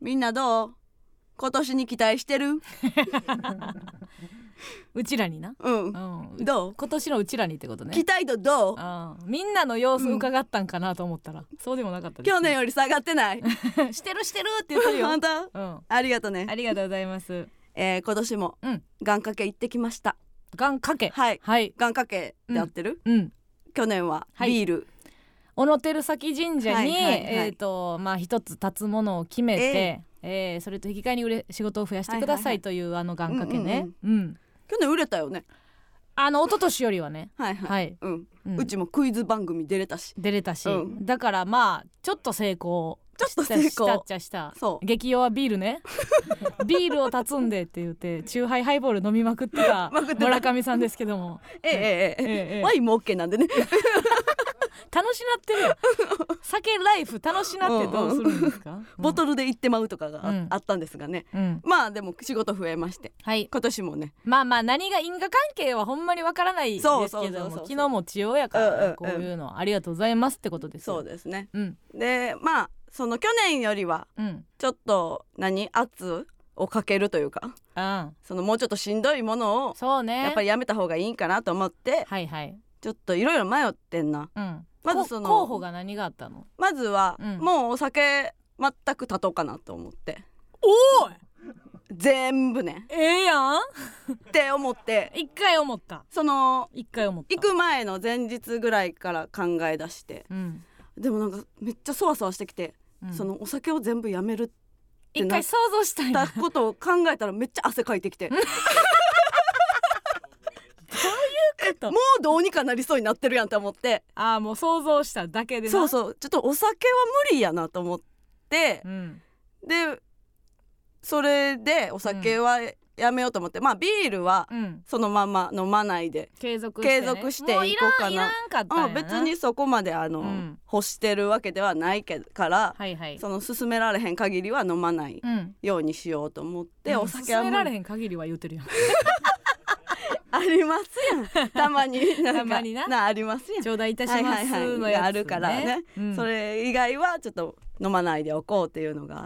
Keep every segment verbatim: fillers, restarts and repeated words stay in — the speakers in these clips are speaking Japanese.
みんなどう？今年に期待してる？ うちらにな、 うん、うん、どう？ 今年のうちらにってことね。 期待度どう？ あみんなの様子伺ったんかなと思ったら、うん、そうでもなかったです、ね、 去年より下がってないしてるしてるって言ってるよ本当、 うん、 ありがとうね。 ありがとうございます。 えー、今年も、うん、願掛け行ってきました。 願掛け、 はい、 はい、 願掛けってやってる、 うんうん、 去年はビール、はい、 小野照崎神社に、はいはいはい、えーとまあ、一つ立つものを決めて、えーえー、それと引き換えに売れ仕事を増やしてくださいという、はいはいはい、あの願掛けね、うんうんうん、 去年売れたよね。 あの一昨年よりはねはいはい、はい、うんうん、うちもクイズ番組出れたし出れたし、 うん、 だからまあちょっと成功ちょっと成功したっちゃした。そう激弱ビールねビールを断つんでって言ってチューハイハイボール飲みまくってた村上さんですけどもえええええええワインも OK なんでね楽しなってるよ酒ライフ楽しなってどうするんですか、うんうん、 ボトルで行ってまうとかが あ,、うん、あったんですがね、うん、まあでも仕事増えまして、はい、今年もねまあまあ何が因果関係はほんまにわからないですけども、昨日も千代やから、ね、こういうのありがとうございますってことですよ。 そうですね、うん、でまあその去年よりはちょっと何圧をかけるというか、うん、そのもうちょっとしんどいものをそう、ね、やっぱりやめた方がいいんかなと思って、はいはい、ちょっといろいろ迷ってんな、うん、まずその候補が何があったの？ まずは、うん、もうお酒全く断とうかなと思って、 おーい全部ねええやんって思って一回思ったその一回思った行く前の前日ぐらいから考え出して、うん、でもなんかめっちゃそわそわしてきて、うん、そのお酒を全部やめるって一回想像したいなったことを考えたらめっちゃ汗かいてきてどういうこともうどうにかなりそうになってるやんと思って、 ああもう想像しただけでなそうそうちょっとお酒は無理やなと思って、うん、でそれでお酒はやめようと思って、うん、まあビールはそのまま飲まないで継続して、ね、 継続していこうかな。 もういらん、いらんかったんやな、 うん、別にそこまであの、うん、欲してるわけではないから、はいはい、その勧められへん限りは飲まないようにしようと思って、うん、お酒は勧められへん限りは言うてるやんありますやんたまになんかたまに な, なありますやん頂戴いたしますのやつ、ね、はいはいはい、 あるからね、うん、それ以外はちょっと飲まないでおこうっていうのがあって、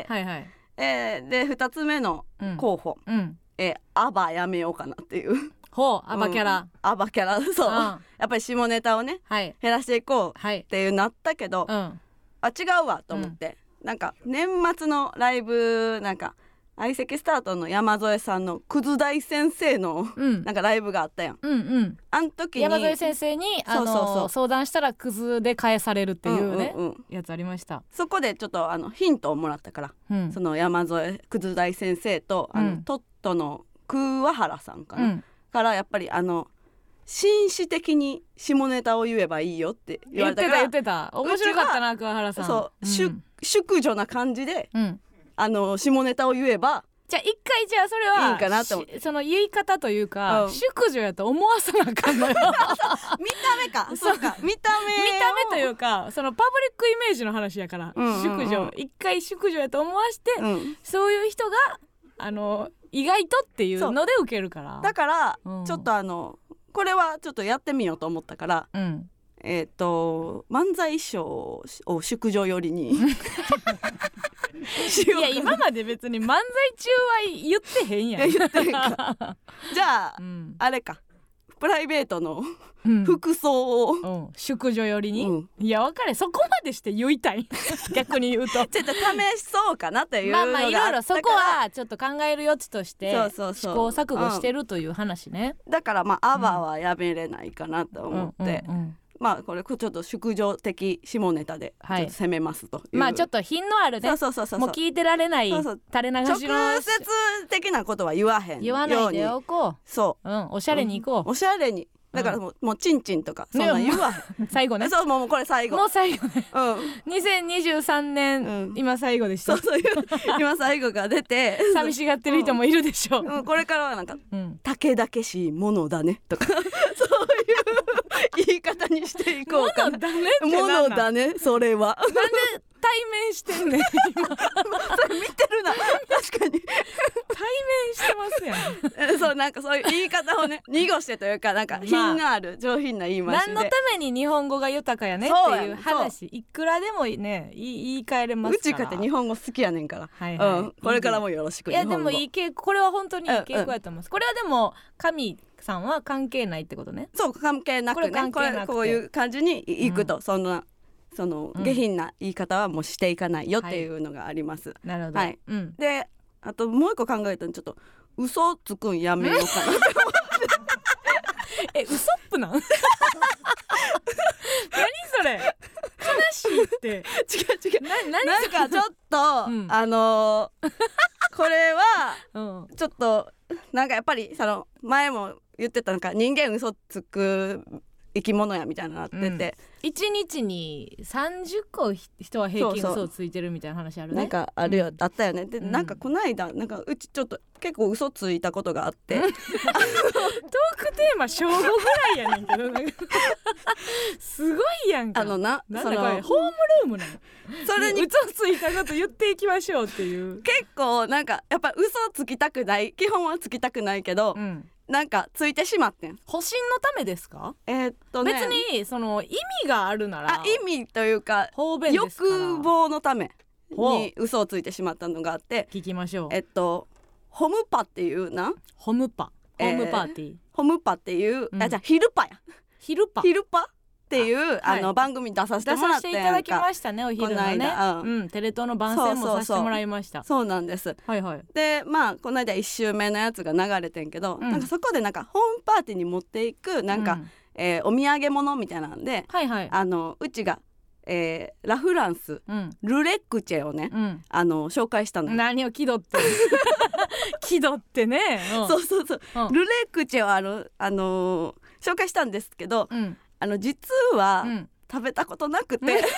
はいはい、えー、でふたつめの候補、うんうん、えー、アバやめようかなっていうほうアバキャラ、うん、 アバキャラそう、うん、やっぱり下ネタをね、はい、減らしていこうっていうなったけど、はい、うん、あ違うわと思って、うん、なんか年末のライブなんか相席スタートの山添さんのクズ大先生の、うん、なんかライブがあったやん、うんうん、あの時に山添先生にあのそうそうそう相談したらクズで返されるっていうね、うんうんうん、やつありました。 そこでちょっとあのヒントをもらったから、うん、その山添クズ大先生とあの、うん、トットの桑原さんかな、うん、からやっぱりあの紳士的に下ネタを言えばいいよって言われたから言ってた言ってた面白かったな桑原さんそう、うん、淑女な感じで、うんあの下ネタを言えばじゃあ一回じゃあそれはいいかなと思ってその言い方というか、うん、淑女やと思わさなあかんのよ見た目かそうか見た目見た目というかそのパブリックイメージの話やから、うんうんうん、淑女一回淑女やと思わして、うん、そういう人があの意外とっていうので受けるからだから、うん、ちょっとあのこれはちょっとやってみようと思ったから、うんえー、と漫才師匠を淑女寄りにいや今まで別に漫才中は言ってへんやん言ってへんかじゃあ、うん、あれかプライベートの服装を、 うんうん、淑女寄りに、うん、いや分かれそこまでして言いたい逆に言うとちょっと試しそうかなというのがあったからまあまあいろいろそこはちょっと考える余地としてそうそうそう試行錯誤してるという話ね、 うん、だからまあアバはやめれないかなと思って、うんうんうんうんまあこれちょっと淑女的下ネタでちょっと攻めますという、はい、 まあちょっと品のあるねそうそうそうそうもう聞いてられない垂れ流しの直接的なことは言わへん言わないでおこうそう、 うん、おしゃれにいこう、 うん、おしゃれにだからもう、うん、もうチンチンとかそんなん言わへん最後ねそうもうこれ最後もう最後ね、うん、にせんにじゅうさんねん、うん、今最後でしたそうそう今最後が出て寂しがってる人もいるでしょう、 うん、これからはなんか、うん、たけだけしいものだねとかそういう言い方にしていこうかな。 ものだねってなんなんものだねそれはなんで対面してんねん今それ見てるな確かに対面してますやんそうなんかそういう言い方をね濁してというかなんか品がある、まあ、上品な言い回しで、 何のために日本語が豊かやねっていう話いくらでもね言い換えれますから。 うちかって日本語好きやねんから、はいはい、うん、これからもよろしく。 いやでもいい傾向、これは本当にいい傾向やと思います、うんうん、これはでも神さんは関係ないってことね。 そう関係なくね、これ関係なくてこれこういう感じにいくと、うん、そんなその下品な言い方はもうしていかないよっていうのがあります、はい、 なるほど、はい、うん、 であともう一個考えたのちょっと嘘つくんやめようかなって思ってえ嘘っぷなん何それ悲しいって違う違うななんかちょっと、うん、あのー、これはちょっとなんかやっぱりその前も言ってたのか人間嘘つく生き物やみたいなのなってて、うん、 いちにちにさんじゅっこ人は平均嘘をついてるみたいな話あるね。 なんかあるよ、うん、あったよね。で、うん、なんかこの間なんかうちちょっと結構嘘ついたことがあってトークテーマ小ごぐらいやねんけどすごいやんか。 あのななんだこれホームルームなのそれに嘘ついたこと言っていきましょうっていう結構なんかやっぱ嘘つきたくない基本はつきたくないけど、うん、なんかついてしまってん。 保身のためですか？ えー、っとね別にその意味があるならあ意味というか欲望のために嘘をついてしまったのがあって聞きましょう。 えっとホムパっていうなホムパホームパーティー、えー、 ホムパっていう、うん、あじゃあヒルパやヒルパヒルパっていうあ、はい、あの番組出させてもらって出させていただきましたねお昼のね、うんうん、テレ東の番宣もさせてもらいました。 そうそうそうなんです、はいはい、でまあこの間いち週目のやつが流れてんけど、うん、なんかそこでなんかホームパーティーに持っていくなんか、うんえー、お土産物みたいなんで、はいはい、あのうちがえー、ラフランス、うん、ルレックチェをね、うん、あの紹介したの。 何を気取って気取ってね、 うん、そうそうそう、うん、ルレックチェをあの、あのー、紹介したんですけど、うん、あの実は、うん、食べたことなくて、うん、びっくり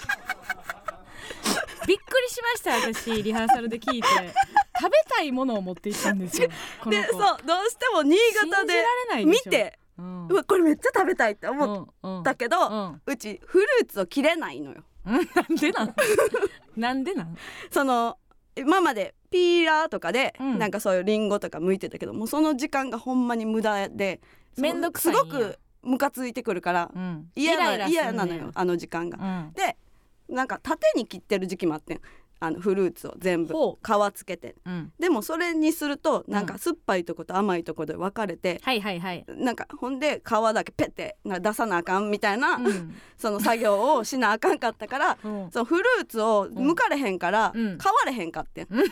しました私リハーサルで聞いて食べたいものを持っていったんですよこの子。 でそうどうしても新潟で見てうん、うわこれめっちゃ食べたいって思ったけど、うんうん、うちフルーツを切れないのよ。 なんでなんなんでなんその今までピーラーとかで、うん、なんかそういうリンゴとか剥いてたけどもうその時間がほんまに無駄でめんどくさいんやすごくムカついてくるから、うん、嫌な、嫌なのよあの時間が、うん、でなんか縦に切ってる時期もあってんあのフルーツを全部皮つけて、うん、でもそれにするとなんか酸っぱいとこと甘いとこで分かれて、うん、はいはいはいなんかほんで皮だけペッて出さなあかんみたいな、うん、その作業をしなあかんかったから、うん、そのフルーツを剥かれへんから、うん、買われへんかってん、 うん、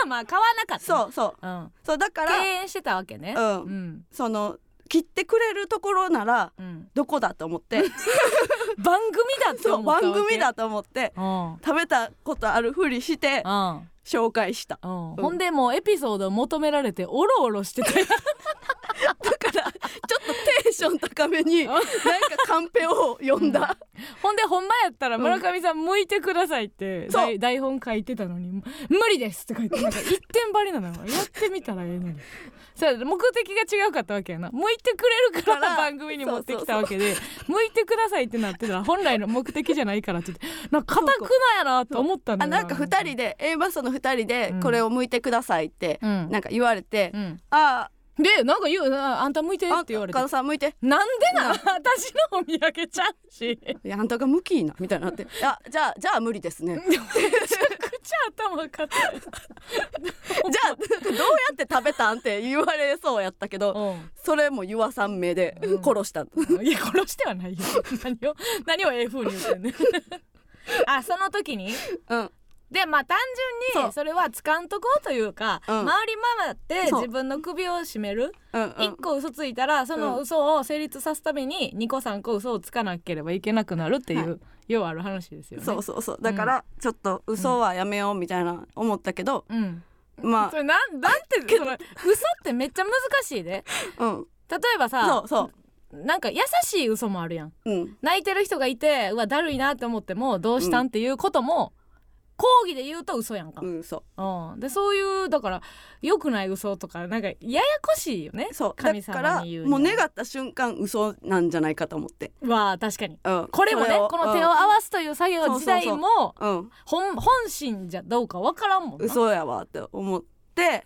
まあ買わなかった、ね、 そうそう、うん、そうだから敬遠してたわけね、 うんうん、その切ってくれるところなら、うん、どこだと思って番組だと思ったわけ。 番組だと思って、うん、食べたことあるふりして、うん、紹介した、 うんうん、ほんでもうエピソードを求められてオロオロしてただからちょっとテンション高めになんかカンペを読んだ、 うん、ほんでほんまやったら村上さん向いてくださいって、うん、台本書いてたのに無理ですって書いてなんか一点張りなのよやってみたらええのにそう目的が違うかったわけやな。向いてくれるから番組に持ってきたわけで向いてくださいってなってたら本来の目的じゃないからって言ってなんか固くなやなと思ったのよ。 あなんかふたりで A マストのふたりでこれを向いてくださいってなんか言われて、うんうん、あでなんか言うあんた向いてって言われてあさん向いてなんでな私のお土産ちゃうしいやあんたが向きいなみたいになってあじゃあじゃあ無理ですねめちゃくちゃ頭かってじゃあどうやって食べたんって言われそうやったけど、うん、それも言わさん目で殺した、 うん、いや殺してはないよ何を何をええ風に言ってんねあその時にうんでまあ単純にそれはつかんとこうというか、うん、回り回って自分の首を絞める、うんうん、いっこ嘘ついたらその嘘を成立さすためににこさんこ嘘をつかなければいけなくなるっていう、はい、ようある話ですよね。 そうそうそうだからちょっと嘘はやめようみたいな思ったけど、うん、まあそれなんなんてその嘘ってめっちゃ難しいで、うん、例えばさそうそうなんか優しい嘘もあるやん、うん、泣いてる人がいてうわだるいなって思ってもどうしたんっていうことも、うん講義で言うと嘘やんか、 うん、嘘、 うん、でそういうだから良くない嘘とかなんかややこしいよね。 そう神様に言うだからもう願った瞬間嘘なんじゃないかと思ってわあ確かに、うん、これもねこの手を合わすという作業自体も本心じゃどうかわからんもんな嘘やわって思って、うん、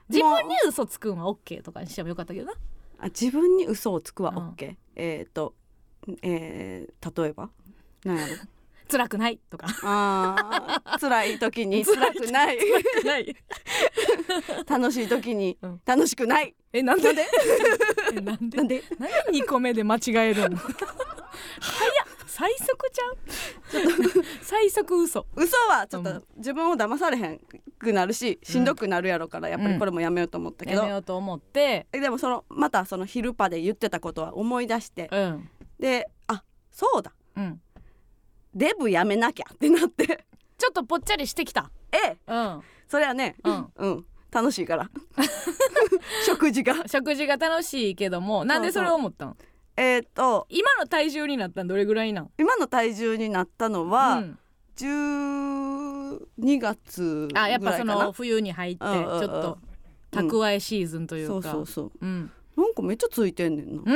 自分に嘘つくんは OK とかにしてもよかったけどな。 あ、自分に嘘をつくは OK、うん、えっ、ー、と、えー、例えば何やろ辛くないとかあ辛い時に辛くない辛くない楽しい時に楽しくない、 うん、えなんでえなんでなんで何にこめで間違えるの早っ最速ちゃう最速嘘嘘はちょっと自分を騙されへんくなるし、しんどくなるやろから、やっぱりこれもやめようと思ったけど、 やめようと思って、 でもそのまたその昼パで言ってたことは思い出して、うん、であそうだ、うん、デブやめなきゃってなってちょっとぽっちゃりしてきた。 ええ、うん、それはね、うん、うん、楽しいから食事が食事が楽しいけども、なんでそれを思ったん？ えー、と今の体重になったのどれぐらいなん？ 今の体重になったのは、うん、じゅうにがつぐらいかな。あ、やっぱその冬に入ってちょっと蓄えシーズンというか、うん、 そうそうそう、うん、なんかめっちゃついてんねんな、うん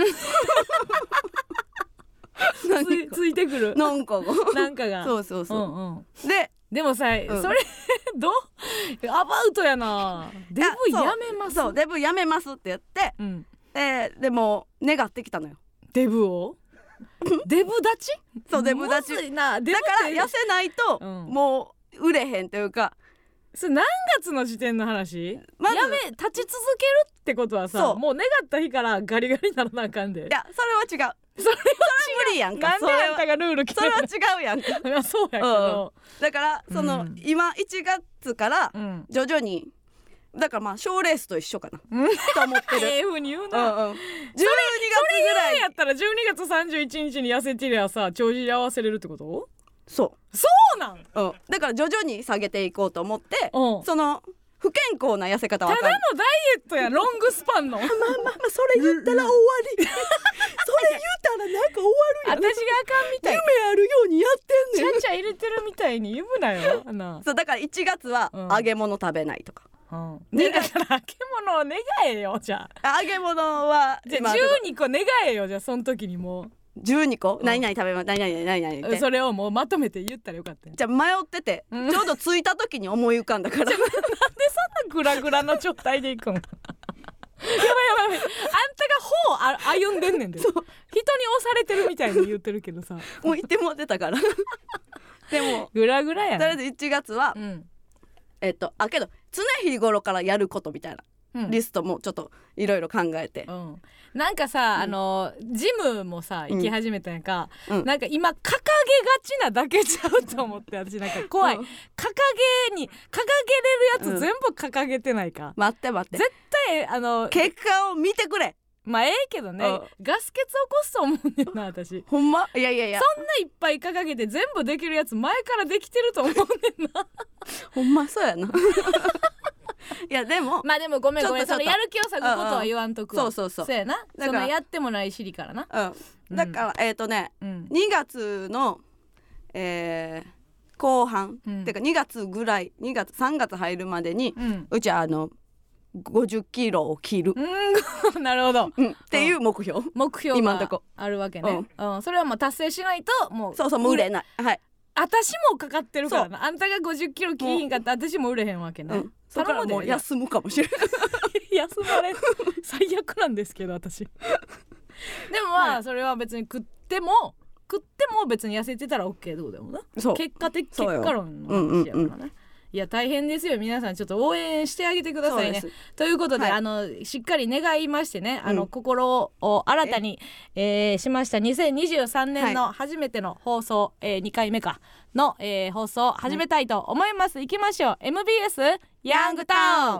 つ, ついてくるなんかがなんかがそうそうそう、うんうん、ででもさ、うん、それどアバウトやな。デブやめます。 そう、デブやめますって言って、うん、で, でも願ってきたのよ、 デブをデブ立ちそう、デブ立ちな。だから痩せないと、うん、もう売れへんというか、 それ何月の時点の話、ま、やめ立ち続けるってことはさ、もう願った日からガリガリにならなあかんで。いや、それは違う、それは無理やんか。 なんであんたがルール決めるの？ それは違うやんかそうやけど、 うん、だからその、うん、今いちがつから徐々に、うん、だからまあ賞レースと一緒かな、うん、と思ってる。 ええ風に言うな、うんうん、じゅうにがつぐらいやったらじゅうにがつさんじゅういちにちに痩せてりゃさ、帳尻合わせれるってこと？ そうそうなん、 うん、だから徐々に下げていこうと思って、うん、その不健康な痩せ方はただのダイエットやロングスパンのまあまあまあそれ言ったら終わりそれ言ったらなんか終わるやん。 私があかんみたい、 夢あるようにやってんねん。 ちゃちゃ入れてるみたいに言うなよな。 そうだからいちがつは揚げ物食べないとか、 うんね、だから揚げ物を願えよ。じゃあ揚げ物はじゃあじゅうにこ願えよ。じゃあその時にもうじゅうにこ、うん、何々食べます何々何々って、 それをもうまとめて言ったらよかったよ。 じゃあ迷ってて、うん、ちょうど着いた時に思い浮かんだからなんでそんなグラグラの状態でいくんやばいやばいやばい、あんたが方歩んでんねんで、人に押されてるみたいに言ってるけどさもういても出たからでもグラグラやん。 とりあえずいちがつは、うん、えっとあけど常日頃からやることみたいな、うん、リストもちょっといろいろ考えて、うん、なんかさ、 うん、あのジムもさ行き始めたんやんか、うん、なんか今掲げがちなだけちゃうと思って私なんか怖い、うん、掲げに掲げれるやつ全部掲げてないか、 うん、待って待って絶対あの結果を見てくれ。 まあええけどね、うん、ガス欠起こすと思うねんな私。 ほんまいやいやいや、 そんないっぱい掲げて全部できるやつ前からできてると思うねんなほんまそうやないやでもまあでもごめんごめん、そのやる気を割くことは言わんとくわ、 うんうん、そうそうそうそうやな、そのやってもないしりからな、 うん、だから、うん、えっ、ー、とね、うん、にがつの、えー、後半、うん、てかにがつぐらいにがつさんがつ入るまでに、うん、うちはあのごじゅっキロを切る、 うんなるほど、 うん、っていう目標、 目標があるわけね、うんうん、それはもう達成しないともうそうそうもう売れない、はい、 私もかかってるからな。あんたがごじゅっキロ切りんかったら私も売れへんわけな、うん、 そこからもう休むかもしれない休まれ最悪なんですけど私でもまあ、はい、それは別に食っても食っても別に痩せてたら OK どうでもな。結果的結果論の話やからね、うんうんうん、いや大変ですよ皆さん、ちょっと応援してあげてくださいね。ということで、はい、あのしっかり願いましてね、あの、うん、心を新たに、えー、しましたにせんにじゅうさんねんの初めての放送、はい、えー、にかいめかの、えー、放送を始めたいと思います、うん、いきましょう。 エムビーエス ヤングタウン。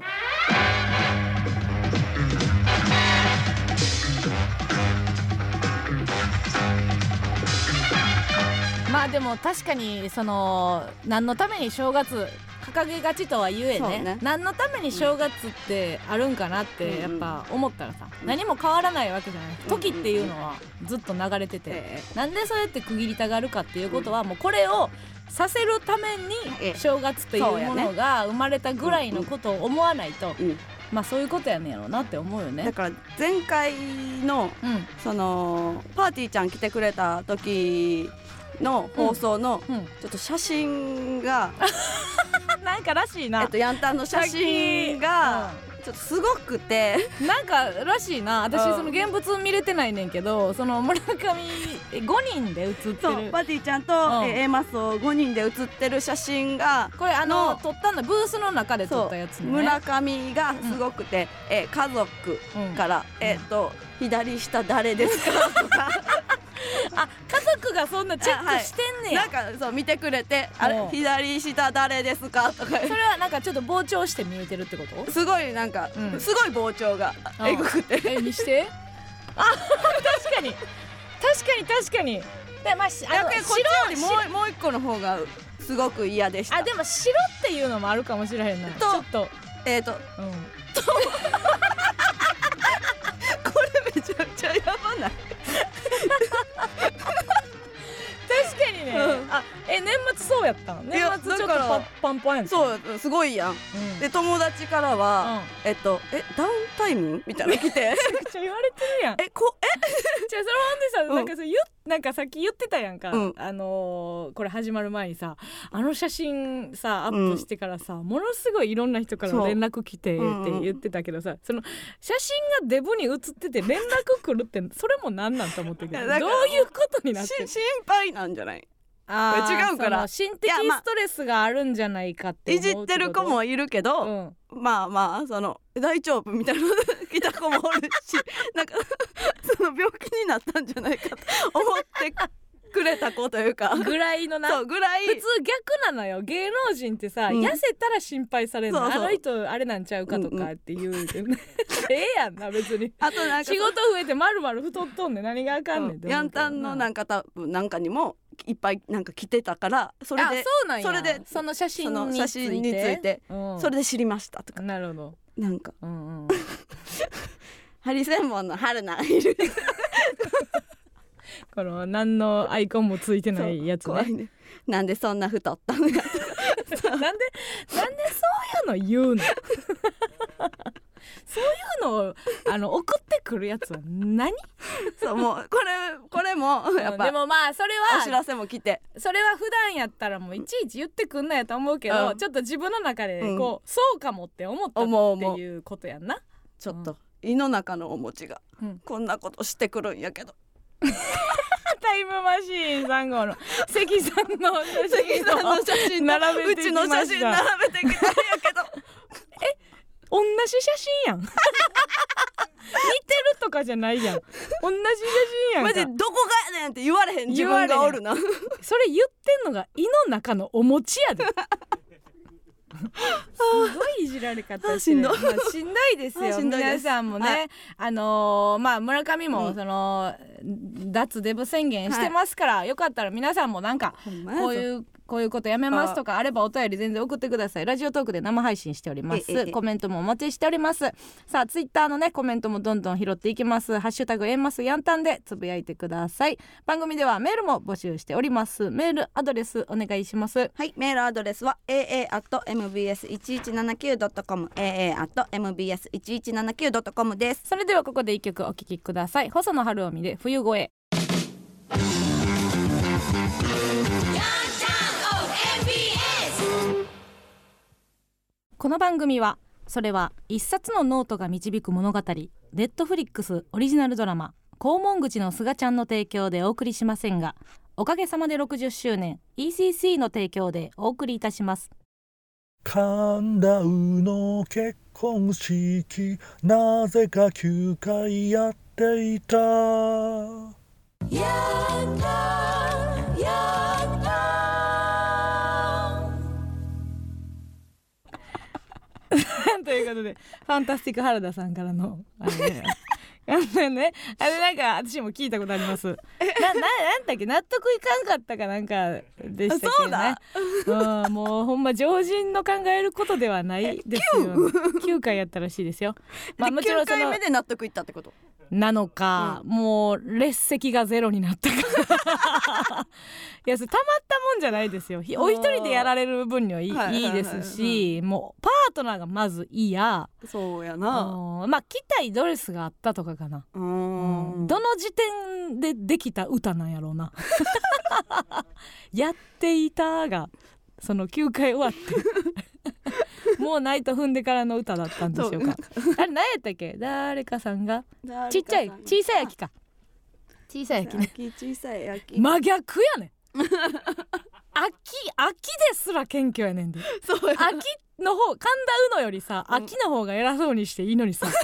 まあでも確かにその何のために正月掲げがちとは言え ね, ね何のために正月ってあるんかなってやっぱ思ったらさ、うん、何も変わらないわけじゃない、うん、時っていうのはずっと流れてて、うん、なんでそうやって区切りたがるかっていうことは、もうこれをさせるために正月というものが生まれたぐらいのことを思わないと、うんうん、まあそういうことやねんやろうなって思うよね。 だから前回の、うん、そのパーティーちゃん来てくれた時の放送のちょっと写真が、 なんからしいな、 えっと、ヤンタンの写真がちょっとすごくてなんからしいな。私その現物見れてないねんけど、その村上ごにんで写ってる、 そうパティちゃんと、うん、A マスをごにんで写ってる写真がこれあの撮ったのブースの中で撮ったやつね。 村上がすごくて、うん、え家族から、うん、えっ、ー、と左下誰ですかとかあ、家族がそんなチェックしてんねや、 はい、なんかそう見てくれて、あれ左下誰ですかとか、 それはなんかちょっと膨張して見えてるってこと？ すごいなんか、うん、すごい膨張がえぐくて、 え見してあ確かに確かに確かにで、まあ、あのこっちよりもう、もう一個の方がすごく嫌でした。 あでも白っていうのもあるかもしれへんな。 とちょっとえっ、ー、と、うん、とこれめちゃめちゃやばない確かにね、うん、あえ年末そうやったん？年末ちょっとパパンパンやった。 そうすごいやん、うん、で友達からは、うん、えっとえダウンタイムみたいなの来てめちゃくちゃ言われてるやん。 えこえじゃあそれほんでさ、うん、なんかそう言なんかさっき言ってたやんか、うん、あのー、これ始まる前にさあの写真さアップしてからさ、うん、ものすごいいろんな人から連絡来てって言ってたけどさ、うん、その写真がデブに写ってて連絡来るってそれもなんなんと思ってるけどどういうことになってる？ 心配なんじゃない？ あ違うから心的ストレスがあるんじゃないかって思うってこと？ いじってる子もいるけど、うん、まあまあその大丈夫みたいなの来た子もおるしなんかその病気になったんじゃないかと思ってくれた子というかぐらいのな、 そうぐらい普通逆なのよ。芸能人ってさ、うん、痩せたら心配されるの。そうそう、あの人あれなんちゃうかとかって言う、うんうん、ええやんな別に。あとなんか仕事増えてまるまる太っとんねん何があかんねんって。 ヤンタンのなんか多分なんかにもいっぱいなんか来てたからそれで、 あそうなんや、 それでその写真について、 その写真について、うん、それで知りましたとか。 なるほど。 なんか、 うんうん、 ハリセンボンの春菜いるこの何のアイコンもついてないやつ ね, ねなんでそんな太ったのやなんでなんでそういうの言うのそういうのをあの送ってくるやつは何そうもうこれこれもやっぱでもまあそれはお知らせも来て、 それは普段やったらもういちいち言ってくんなやと思うけど、うん、ちょっと自分の中でこう、うん、そうかもって思ったっていうことやんな。 ちょっと、うん、胃の中のお餅が、うん、こんなことしてくるんやけどタイムマシーンさん号の関さんの写真並べてきました。 うちの写真並べてきたんやけどえ同じ写真やん似てるとかじゃないやん同じ写真やんか。 マジどこがやねんって言われへん自分がおるなそれ言ってんのが胃の中のお餅やですごいいじられ方してる。まあ、しんどいですよ皆さんもね、はい、あのー、まあ村上もその、うん、脱デブ宣言してますから、はい、よかったら皆さんもなんかこういうこういうことやめますとかあればお便り全然送ってください。ラジオトークで生配信しております。コメントもお待ちしております。さあツイッターのねコメントもどんどん拾っていきます。ハッシュタグエンマスヤンタンでつぶやいてください。番組ではメールも募集しております。メールアドレスお願いします。 はい、メールアドレスは エーエー アット エムビーエス いちいちななきゅう ドットコム エーエー アット エムビーエス いちいちななきゅう ドットコム です。 それではここで一曲お聴きください。細野晴臣で冬越え。この番組はそれは一冊のノートが導く物語ネットフリックスオリジナルドラマ肛門口のすがちゃんの提供でお送りしませんが、おかげさまでろくじゅっしゅうねん イーシーシー の提供でお送りいたします。 神田うの結婚式なぜかきゅうかいやっていた。やったやったということでファンタスティック原田さんからのあれねあれねあれなんか私も聞いたことあります。な、な、なんだっけ納得いかんかったかなんかでしたっけね。 そうだ、 うん、もうほんま常人の考えることではないですよ。きゅうかいやったらしいですよ。 まあもちろんそのきゅうかいめで納得いったってことなのか、うん、もう列席がゼロになったかいやそれたまったもんじゃないですよ。お一人でやられる分にはいい、はいはいはいはい、いいですし、もうパートナーがまずいいや。 そうやな。 まあ着たいドレスがあったとかかな。うん、どの時点でできた歌なんやろうなやっていたがそのきゅうかい終わってもうないと踏んでからの歌だったんでしょうか。あれ何やったっけ、誰かさんがちっちゃい小さい秋か、小さい秋ね、 小さい秋真逆やねん秋秋ですら謙虚やねんで。 そうや秋の方、神田うのよりさ、うん、秋の方が偉そうにしていいのにさか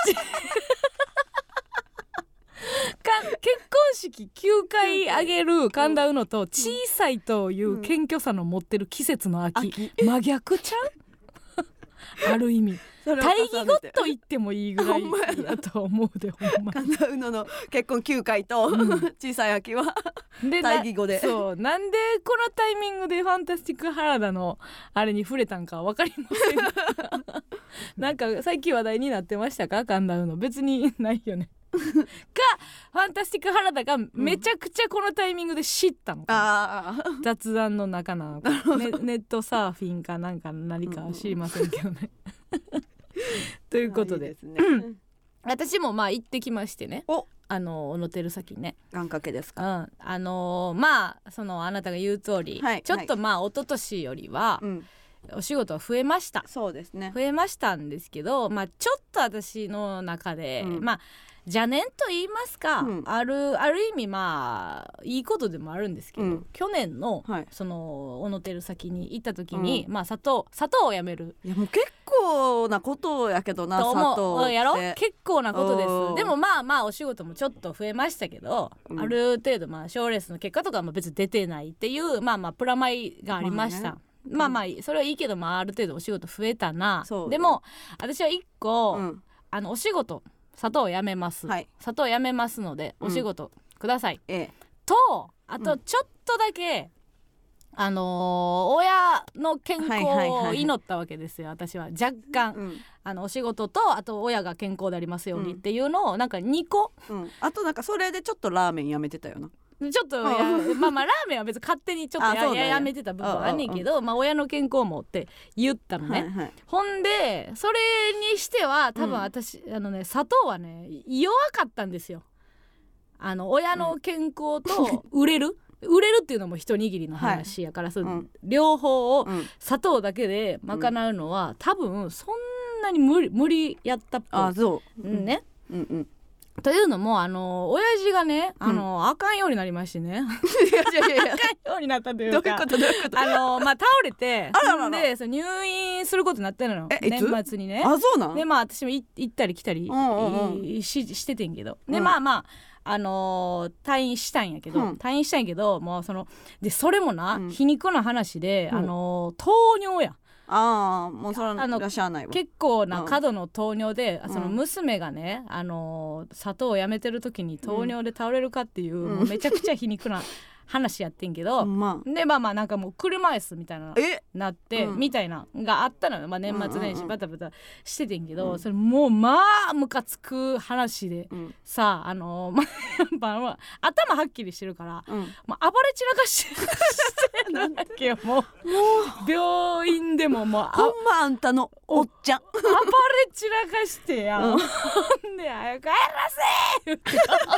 結婚式きゅうかいあげる神田うのと小さいという謙虚さの持ってる季節の秋、うん、真逆ちゃうある意味対義語と言ってもいいぐらいだと思うで、ほんま神田うのの結婚きゅうかいと、うん、小さい秋は対義語で。 そうなんでこのタイミングでファンタスティック原田のあれに触れたんか分かりませんなんか最近話題になってましたか、神田うの。別にないよねかファンタスティック原田がめちゃくちゃこのタイミングで知ったのか、うん、雑談の中なのか、ね、ネットサーフィンかなんか何かは知りませんけどねということで、いいですね私もまあ行ってきましてね、 おあの小野照崎ね、 願掛けですか、 うん、あのー、まあそのあなたが言う通り、はい、ちょっとまあ一昨年よりは、うん、お仕事は増えました。 そうですね、 増えましたんですけど、まあ、ちょっと私の中で、うん、まあ邪念と言いますか、うん、あるある意味まあいいことでもあるんですけど、うん、去年の、はい、その小野照崎に行った時に、うん、まあ砂糖砂糖をやめる、 いやもう結構なことやけどな、砂糖ってやろ結構なことです。でもまあまあお仕事もちょっと増えましたけど、うん、ある程度まあ賞レースの結果とかも別に出てないっていうまあまあプラマイがありました、まあね、まあまあそれはいいけど、まあ、ある程度お仕事増えたな。でも私は一個、うん、あのお仕事砂糖をやめます、はい、砂糖をやめますのでお仕事ください、うん、ええ、とあとちょっとだけ、うん、あのー、親の健康を祈ったわけですよ、はいはいはい、私は若干、うん、あのお仕事とあと親が健康でありますようにっていうのをなんかにこ、 うん、あとなんかそれでちょっとラーメンやめてたよな。 ちょっとやまあまあラーメンは別に勝手にちょっと や, や, やめてた部分はあんねんけど、まあ、親の健康もって言ったのね、はいはい、ほんでそれにしては多分私、うん、あのね砂糖はね弱かったんですよ。あの親の健康と売れる、うん、売れるっていうのも一握りの話やから、はい、その、うん、両方を砂糖だけで賄うのは、うん、多分そんなに無理無理やったっぽい。 あ、そう、 うん、ね、 うんうん、 というのもあの親父がねあの、うん、あかんようになりましてねいやいやいやあかんようになったというか、 どういうことどういうことあの、まあ、倒れてあらららでその入院することになってるの年末にね。 あ、そうなんで、まあ、私も行ったり来たり、うんうんうん、し, しててんけどで、うん、まあまああのー、退院したんやけど、うん、退院したんやけどもうそのでそれもな、うん、皮肉な話で、うん、あのー、糖尿や。 ああ、もうそれはしゃあないわ。 結構な過度の糖尿で、うん、その娘がね、あのー、砂糖をやめてる時に糖尿で倒れるかっていう、うん、もうめちゃくちゃ皮肉な話やってんけど、うん、まあ、でまあまあなんかもう車椅子みたいななって、うん、みたいながあったのよ、まあ、年末年始バタバタしててんけど、うん、それもうまあムカつく話で、うん、さああのー、まあ、まあ、頭はっきりしてるから、うん、まあ、暴れ散らかしてなんだっけもうもう病院でももうほんまあんたのおっちゃん暴れ散らかしてや、うん、ほんで早く帰らせー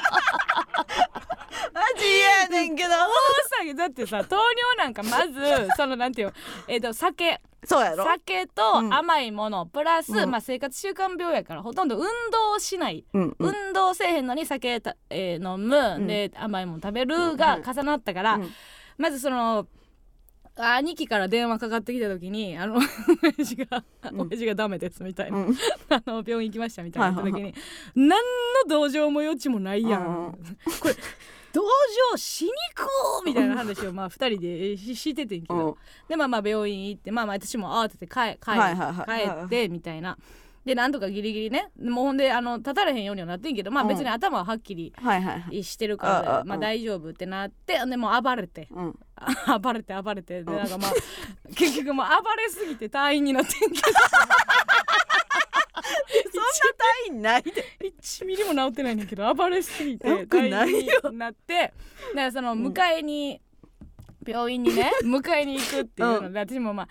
マジ嫌やねんけどだってさ糖尿なんかまずそのなんていうの、えーと酒そうやろ酒と甘いもの、うん、プラス、うん、まあ、生活習慣病やからほとんど運動しない、うんうん、運動せえへんのに酒た、えー、飲む、うん、で甘いもの食べるが重なったから、うん、まずその兄貴から電話かかってきた時にあの親父が、うん、親父がダメですみたいな、うん、あの病院行きましたみたいな時に、はいはいはい、何の同情も余地もないやん、うん、これ同情しにくーみたいな話をまあふたりで し, しててんけど、うん、でまあまあ病院行ってまあまあ私も慌てて帰, 帰, はいはいはい帰ってみたいなでなんとかギリギリねもうほんであの立たれへんようにはなってんけどまあ別に頭ははっきりしてるから、うんはいはいはい、まあ大丈夫ってなってでもう暴れて、うん、暴れて暴れてでなんかまあ結局もう暴れすぎて退院になってんけどそんな退院ないでいちミリも治ってないんだけど暴れすぎて退院になってだからその迎えに、うん、病院にね迎えに行くっていうので、うん、私もまあ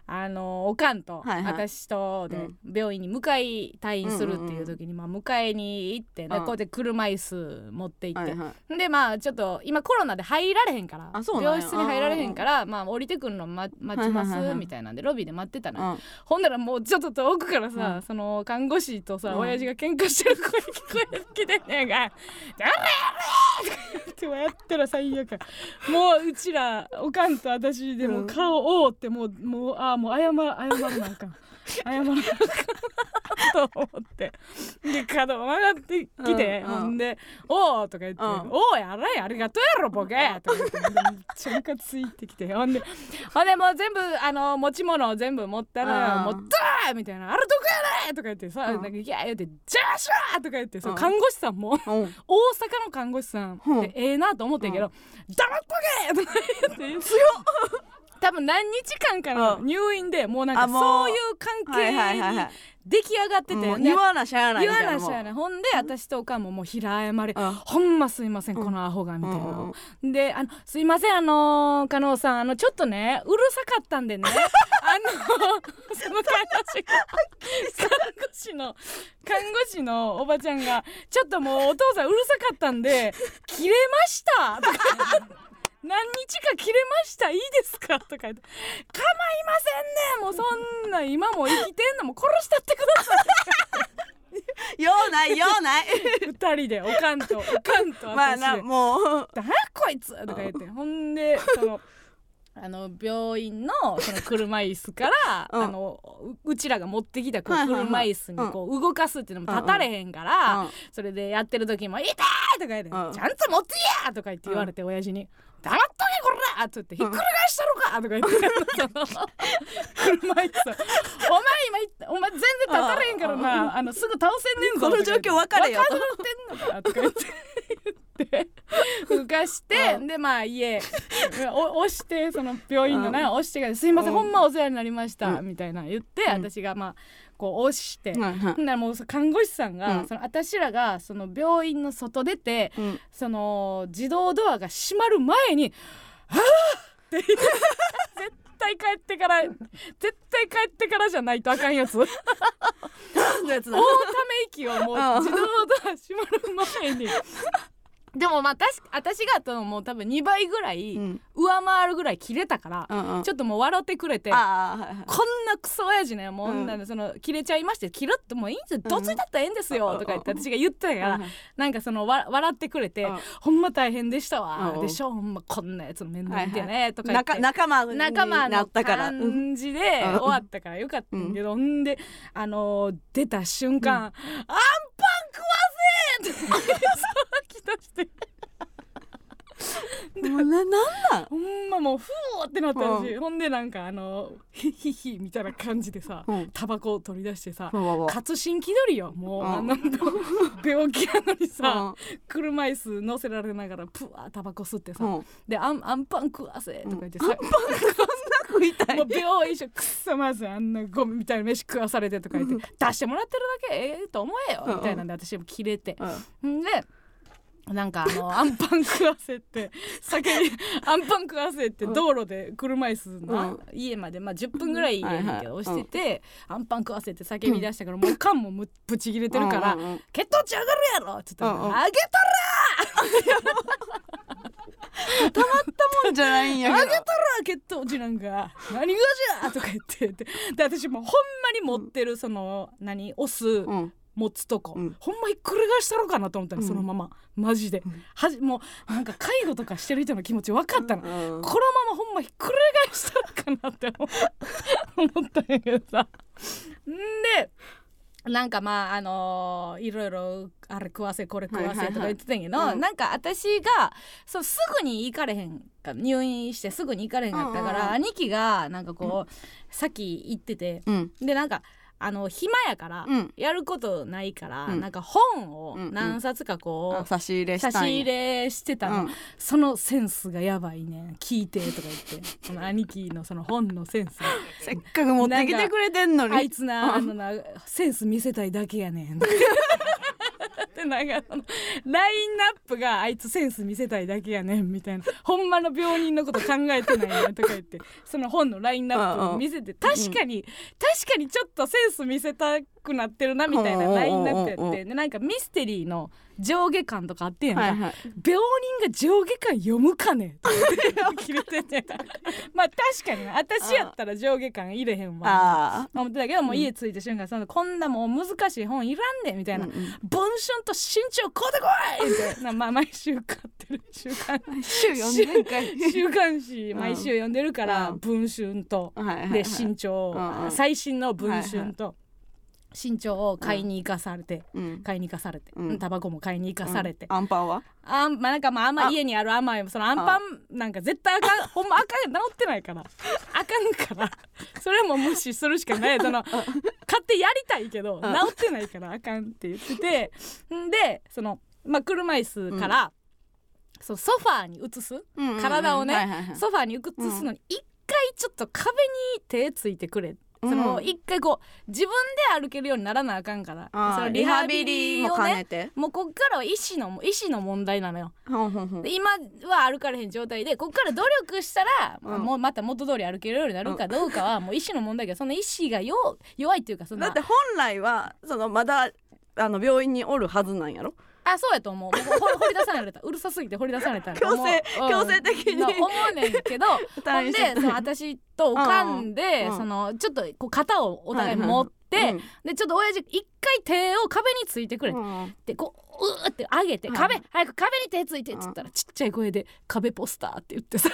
あのおかんと私とで病院に迎え退院するっていう時に、まあ、迎えに行ってね、こうやって車椅子持って行って、はいはい、でまあちょっと今コロナで入られへんから病室に入られへんからまあ降りてくるの、ま、待ちますみたいなんでロビーで待ってたの、うん、ほんならもうちょっと遠くからさ、うん、その看護師とさ、うん、親父が喧嘩してる声聞こえてきてんねんが「やれやれ!」ってやったら最悪。もううちらおかんと私でも顔覆ってもうもうああもう謝る謝るなんか謝らなかと思ってで角曲がってきて、うん、ほんで「おー」とか言って「うん、おーやらいありがとうやろボケ」とか言ってめっちゃムカついてきてほんでほんでもう全部あの持ち物を全部持ったら「持ったー!」みたいな「あれどこやねん!」とか言ってさ「うん、なんかいや言って「じゃあしゃー!」とか言ってその看護師さんも、うん、大阪の看護師さんってええなと思ってんけど「黙っとけ!」とか言って強っ多分何日間かの入院でもうなんかそういう関係に出来上がってて、ね、 言わなしゃあないみたいな言わなしゃあないほんで私とおかんももう平謝れほんますいませんこのアホがみたいな、うんうん、であのすいませんあのー、加納さんあのちょっとねうるさかったんでねあのその看護師看護師の看護師のおばちゃんがちょっともうお父さんうるさかったんで切れましたとか何日か切れましたいいですかとか言って構いませんねもうそんな今も生きてんのも殺したってくださいようないようない二人でおかんとおかんと私でまあなもうだこいつとか言ってほんでそのあの病院のその車椅子から、うん、あの う, うちらが持ってきたこう車椅子にこう動かすっていうのも立たれへんから、うんうん、それでやってる時も「痛い!」とか言って、うん、ちゃんと持ってや!」とか言って言われて、うん、親父に「黙っとけこら!」って言って「ひっくり返したのか!」とか言って車椅子「お前今お前全然立たれへんからなあのすぐ倒せんねんぞ」 この状況分かれよ分かってんのかとか言ってで動かして、うん、でまあ家押してその病院のね、うん、押してから「すいません、うん、ほんまお世話になりました」うん、みたいな言って、うん、私がまあこう押して、うん、ほんならもう看護師さんが、うん、その私らがその病院の外出て、うん、その自動ドアが閉まる前に「はぁ!」って絶対帰ってから絶対帰ってからじゃないとあかんやつ大ため息をもう自動ドア閉まる前にでもまあ私がともう多分にばいぐらい上回るぐらい切れたから、うん、ちょっともう笑ってくれて、うん、こんなクソ親父ねもう、うん、その切れちゃいまして切るってもういいんですよ、うん、どついたったらええんですよ、うん、とか言って私が言ったから、うん、なんかそのわ笑ってくれて、うん、ほんま大変でしたわ、うん、でしょほんまこんなやつの面倒見てね、はいはい、とか言って仲間になったから仲間の感じで終わったからよかったんけど、うん、んであのー、出た瞬間、うん、アンパン食わせーって来たしてもうな、なんなんほんまもうふーってなったし、うん、ほんでなんかあのヒヒヒみたいな感じでさ、うん、タバコを取り出してさ、うん、活心気取りよもう、うん、あの病気やのにさ、うん、車椅子乗せられながらプワータバコ吸ってさ、うん、でアン、アンパン食わせとか言ってさ、うん、アンパン食いたいもう病院一緒くっそまずあんなゴミみたいな飯食わされてとか言って、うん、出してもらってるだけええと思えよ、うん、みたいなんで私もキレて、うん、でなんかあのアンパン食わせって酒にアンパン食わせって道路で車椅子の、うん、家までまあじゅっぷんぐらい家に押してて、はいはい、アンパン食わせって叫び出したから、うん、もう缶もむぶち切れてるから、うんうんうん、血糖値上がるやろって言ったら、うんうん、あげとらたまったもんじゃないんやけどあげとら血糖値なんか何がじゃとか言ってで私もうほんまに持ってるその何押す、うん持つとこ、うん、ほんまひっくり返したろかなと思ったの、うん、そのままマジで、うん、はじもうなんか介護とかしてる人の気持ち分かったの、うんうん、このままほんまひっくり返したろかなって思ったんやけどさんでなんかまああのー、いろいろあれ食わせこれ食わせとか言ってたんやけど、はいはいはい、なんか私がそうすぐに行かれへんか入院してすぐに行かれへんかったから、うんうん、兄貴がなんかこう、うん、先行ってて、うん、でなんかあの暇やから、うん、やることないから、うん、なんか本を何冊かこう、 うん、差し入れしたんや差し入れしてたの、うん、そのセンスがやばいね聞いてとか言ってこの兄貴のその本のセンスせっかく持ってきてくれてんのにあいつなあのなセンス見せたいだけやねんってなんかそのラインナップがあいつセンス見せたいだけやねんみたいな、ほんまの病人のこと考えてないねとか言ってその本のラインナップを見せて、確かに、うん、確かにちょっとセンス見せたくなってるなみたいなラインナップやって、でなんかミステリーの上下巻とかあってんやんか、はいはい、病人が上下巻読むかねって切れててまあ確かに私やったら上下巻入れへんわ思ってたけど、もう家着いた瞬間そのこんなもう難しい本いらんねんみたいな、うんうん、文春と新潮こうでこいってな、まあ、毎週買ってる週刊週読んでるかい週刊誌毎週読んでるから、うん、文春と、うん、で新潮、うんうん、最新の文春と、はいはい身長を買いに行かされて、うん、買いに行かされて、うん、タバコも買いに行かされて、 うん、アンパンはあん、まあ、なんかまああんま家にある甘いそのアンパンなんか絶対あかんほんまあかん治ってないからあかんからそれも無視するしかないその買ってやりたいけど治ってないからあかんって言っててんでその、まあ、車椅子から、うん、そのソファーに移す、うんうんうん、体をね、はいはいはい、ソファーに移すのに一回ちょっと壁に手ついてくれその一回こう自分で歩けるようにならなあかんから、そのリハビリをね、も兼ねてもうこっからは医師の医師の問題なのよで今は歩かれへん状態でこっから努力したら、うん、もうまた元通り歩けるようになるかどうかはもう医師の問題だけど、その医師が弱いっていうかそんなだって本来はそのまだあの病院におるはずなんやろ。 あ、そうやと思う。もう掘り出されたうるさすぎて掘り出された強制、うん、強制的に思うねんけどほんでその私とおかんで、うん、そのちょっとこう肩をお互い持って、はいはい、でちょっと親父一回手を壁についてくれ、うん、でこううーって上げて、はい、壁早く壁に手ついてっつったら、うん、ちっちゃい声で壁ポスターって言ってさ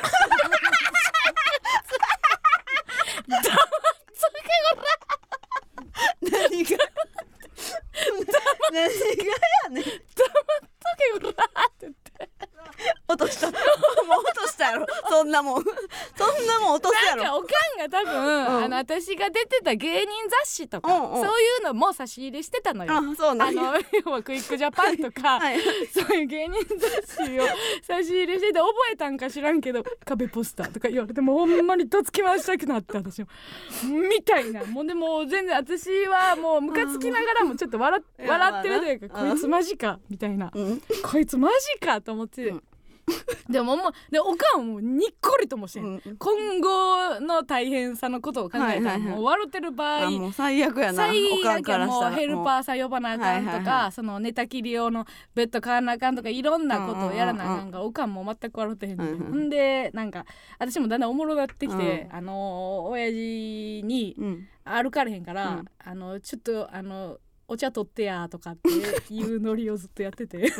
黙っとけこら何が何がやねん黙っとけよらって言って落としたもう落としたやろそんなもんそんなもん落とすやろ。 なんかおかんが多分、うん、あの私が出てた芸人雑誌とか、うんうん、そういうのも差し入れしてたのよ。 あ、そうなんや。 あの要はクイックジャパンとか、はい、そういう芸人雑誌を差し入れしてて覚えたんか知らんけど壁ポスターとか言われてもほんまにとつき回したくなって私もみたいなもうでも全然私はもうムカつきながらもちょっと笑っ笑ってるというかこいつマジかみたいな、うん、こいつマジかと思って、うん、でももうでおかんもにっこりともしてん、うん、今後の大変さのことを考えたら、はいはいはい、もう笑ってる場合もう最悪やな。最悪おかんからしたらもうヘルパーさん呼ばなあかんとか、はいはいはい、その寝たきり用のベッド買わなあかんとかいろんなことをやらなあかんが、うんうんうん、おかんも全く笑ってへんねん、うんうん、んでなんか私もだんだんおもろなってきて、うん、あの親父に歩かれへんから、うん、あのちょっとあのお茶取ってやとかっていうノリをずっとやってて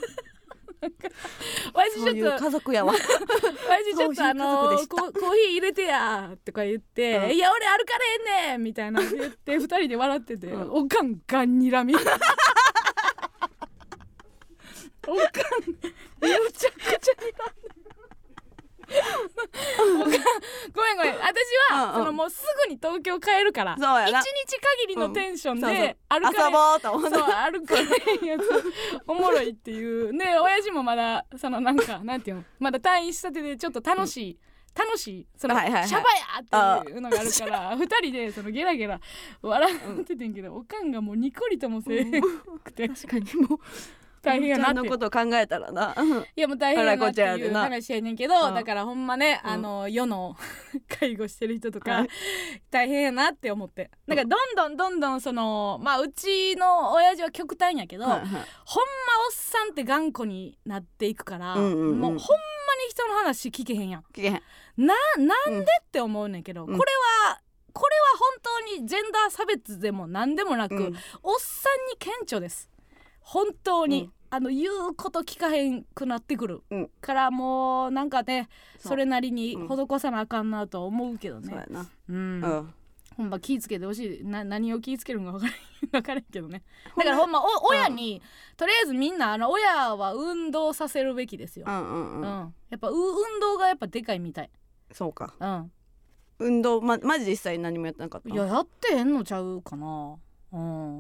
わしちょっとそういう家族やわわしちょっとあのー、コーヒー入れてやとか言って、うん、いや俺歩かれへんねんみたいな言ってふたりで笑ってて、うん、おかんガンにらみおかんめちゃくちゃにらんごめんごめん私は、うんうん、そのもうすぐに東京帰るから一日限りのテンションで歩かれ、うん、 遊ぼうと思ってそう歩かれへんやつおもろいっていうね。親父もまだそのなんかなんていうのまだ退院したてでちょっと楽しい、うん、楽しいその、はいはいはい、シャバやっていうのがあるからふたりでそのゲラゲラ笑っててんけど、うん、おかんがもうニコリともせえくて、うん、 確かにもう大変やなってのことを考えたらないやもう大変やなっていう話やねんけど、うん、だからほんまね、うん、あの世の介護してる人とか、はい、大変やなって思ってだからどんどんどんどんそのまあうちの親父は極端やけど、はいはい、ほんまおっさんって頑固になっていくから、うんうんうん、もうほんまに人の話聞けへんやん聞けへんな、なんでって思うねんけど、うん、これはこれは本当にジェンダー差別でもなんでもなく、うん、おっさんに顕著です本当に、うん、あの言うこと聞かへんくなってくる、うん、からもうなんかね そ, それなりに施さなあかんなとは思うけどね。そうやな、うん、うん、ほんま気ぃつけてほしいな。何を気ぃつけるのか分からん分からんけどね。だからほんまお親に、うん、とりあえずみんなあの親は運動させるべきですよ、うんうんうんうん、やっぱ運動がやっぱでかいみたい。 そうか、うん、運動まマジで一切何もやってなかった。 いややってへんのちゃうかな。うん、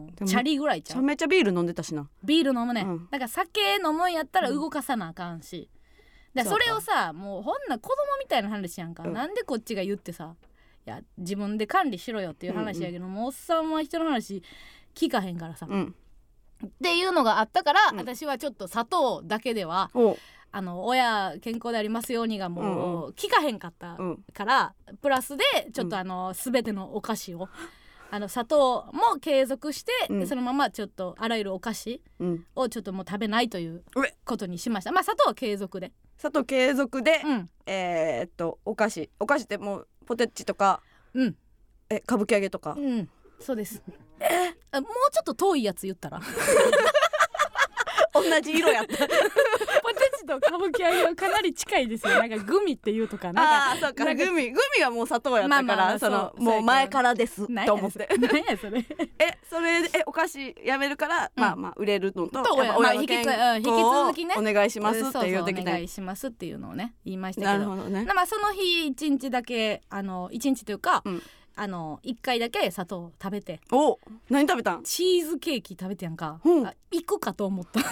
チャリぐらいちゃう。 めちゃめちゃビール飲んでたしな。 ビール飲むね、うん、だから酒飲むんやったら動かさなあかんし、うん、だからそれをさもうほんな子供みたいな話やんか、うん、なんでこっちが言ってさいや自分で管理しろよっていう話やけど、うんうん、もうおっさんは人の話聞かへんからさ、うん、 っていうのがあったから、うん、私はちょっと砂糖だけではあの親健康でありますようにがもう効かへんかったから、うん、プラスでちょっとあの、うん、全てのお菓子をあの砂糖も継続して、うん、そのままちょっとあらゆるお菓子をちょっともう食べないということにしました。まあ砂糖は継続で砂糖継続で、うん、えー、っとお菓子お菓子ってもうポテチとか、うん、え歌舞伎揚げとか、 うん、そうです。えもうちょっと遠いやつ言ったら同じ色やったポテチと歌舞伎揚げはかなり近いですよ。なんかグミっていうとかなんかあそうかグミグミはもう砂糖やったから、まあまあ、そのもう前からですと思って何やそれえそれえお菓子やめるから、うん、まあまあ売れるのととやっぱ親の健康を引き続きねお願いしますっていう時にお願いしますっていうのをね言いましたけど、なるほどね。まあその日一日だけあの一日というか、うんあのいっかいだけ砂糖食べて。 お何食べたん？ チーズケーキ食べてやんか、うん、あ行くかと思った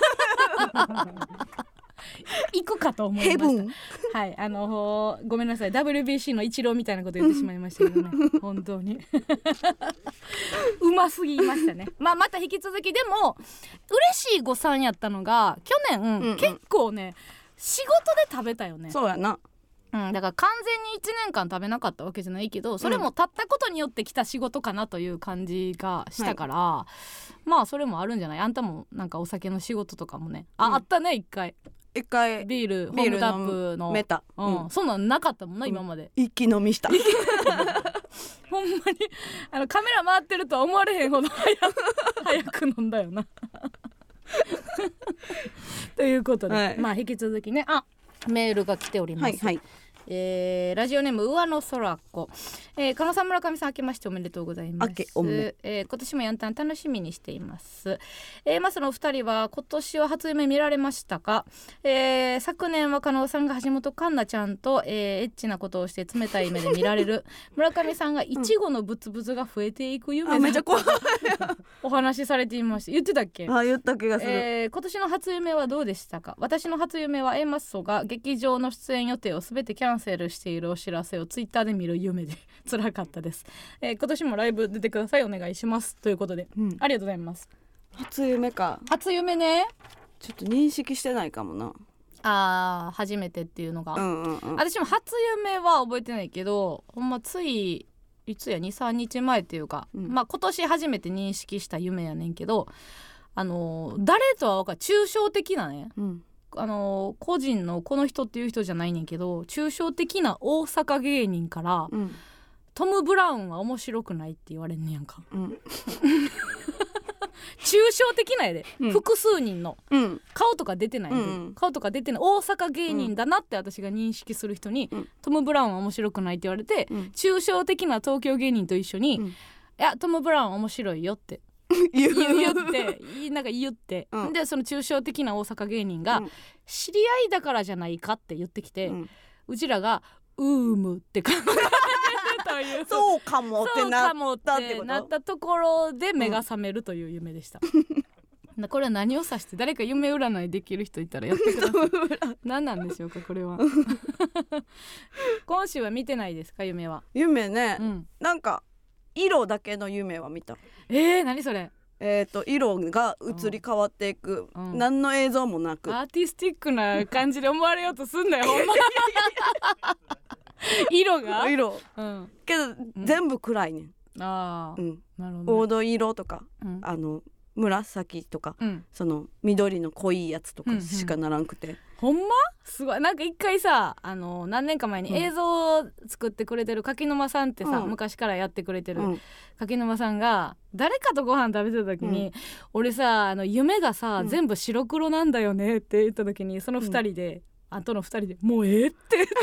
行くかと思いました。ヘブンはいあのごめんなさい ダブリュービーシー のイチローみたいなこと言ってしまいましたけどね本当にうますぎましたね。まあまた引き続きでも嬉しい誤算やったのが去年、うんうん、結構ね仕事で食べたよね。 そうやな。 うん、だから完全にいちねんかん食べなかったわけじゃないけどそれもたったことによって来た仕事かなという感じがしたから、はい、まあそれもあるんじゃない。あんたもなんかお酒の仕事とかもね、あ、うん、あったね一回一回ビールホームタップのメタ、 うん、そんなんなかったもんな、うん、今まで一気飲みしたほんまにあのカメラ回ってるとは思われへんほど早早く飲んだよなということで、はい、まあ引き続きねあメールが来ております、はいはいえー、ラジオネーム上野空子、えー、加納さん村上さん明けましておめでとうございます、えー、今年もヤンタン楽しみにしています、えー、まあそのお二人は今年は初夢見られましたか、えー、昨年は加納さんが橋本環奈ちゃんと、えー、エッチなことをして冷たい目で見られる村上さんがいちごのブツブツが増えていく夢だ、うん、 めっちゃ怖いお話しされていました。言ってたっけ？ あ言った気がする、 えー、今年の初夢はどうでしたか？私の初夢は A マッソが劇場の出演予定をすべてキャンセルしているお知らせをツイッターで見る夢で辛かったです、えー、今年もライブ出てくださいお願いしますということで、うん、ありがとうございます。 初夢か。 初夢ねちょっと認識してないかもな。 あー初めてっていうのが、うんうんうん、私も初夢は覚えてないけどほんまついいつや にさんにちまえっていうか、うん、まあ今年初めて認識した夢やねんけどあのー、誰とは分かる抽象的なね、うんあの個人のこの人っていう人じゃないねんけど抽象的な大阪芸人から、うん、トム・ブラウンは面白くないって言われんねやんか、うん、抽象的なやで、うん、複数人の、うん、顔とか出てないんで、うん、顔とか出てない大阪芸人だなって私が認識する人に、うん、トム・ブラウンは面白くないって言われて、うん、抽象的な東京芸人と一緒に、うん、いやトム・ブラウン面白いよって言ってなんか言って、うん、でその抽象的な大阪芸人が、うん、知り合いだからじゃないかって言ってきて、うん、うちらがうーむって考えるというそうかもってなったってことなったところで目が覚めるという夢でした、うん、これは何を指して誰か夢占いできる人いたらやってください何なんでしょうかこれは今週は見てないですか夢は。 夢ね、うん、なんか色だけの夢は見た。 えー、何それ。 えーと色が移り変わっていく、うん、何の映像もなくアーティスティックな感じで思われようとすんなよほんま色が色、うん、けど、うん、全部暗いねん。あ、うん、なるほど、ね、黄土色とか、うん、あの紫とか、うん、その緑の濃いやつとかしかならんくて、うんうん、 ほんますごい。なんか一回さあの何年か前に映像を作ってくれてる柿沼さんってさ、うん、昔からやってくれてる、うん、柿沼さんが誰かとご飯食べてた時に、うん、俺さあの夢がさ、うん、全部白黒なんだよねって言った時にその二人で、うん、あとの二人でもうええって言って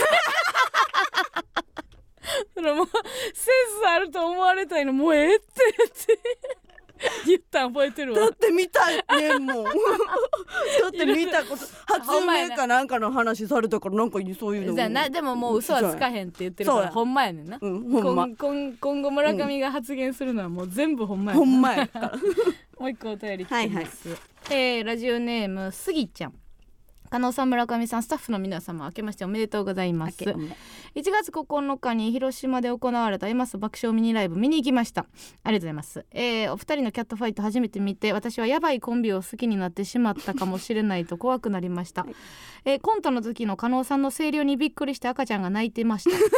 そのもうセンスあると思われたいのもうええって言って言ったん覚えてるわ。 だって見たいねんもんだって見たこと初夢かなんかの話されたからなんかそういうのな。でももう嘘はつかへんって言ってるからほんまやねんな、うん、ほんま。今, 今後村上が発言するのはもう全部ほんまや、 ほんまやもう一個お便り来てます、はいはい。えー、ラジオネームすぎちゃん。 加納さん、村上さん、スタッフの皆様、明けましておめでとうございます。いちがつここのかに広島で行われたエマス爆笑ミニライブ見に行きました。ありがとうございます、えー、お二人のキャットファイト初めて見て、私はヤバいコンビを好きになってしまったかもしれないと怖くなりました、はい、えー、コントの時の加納さんの声量にびっくりして赤ちゃんが泣いてました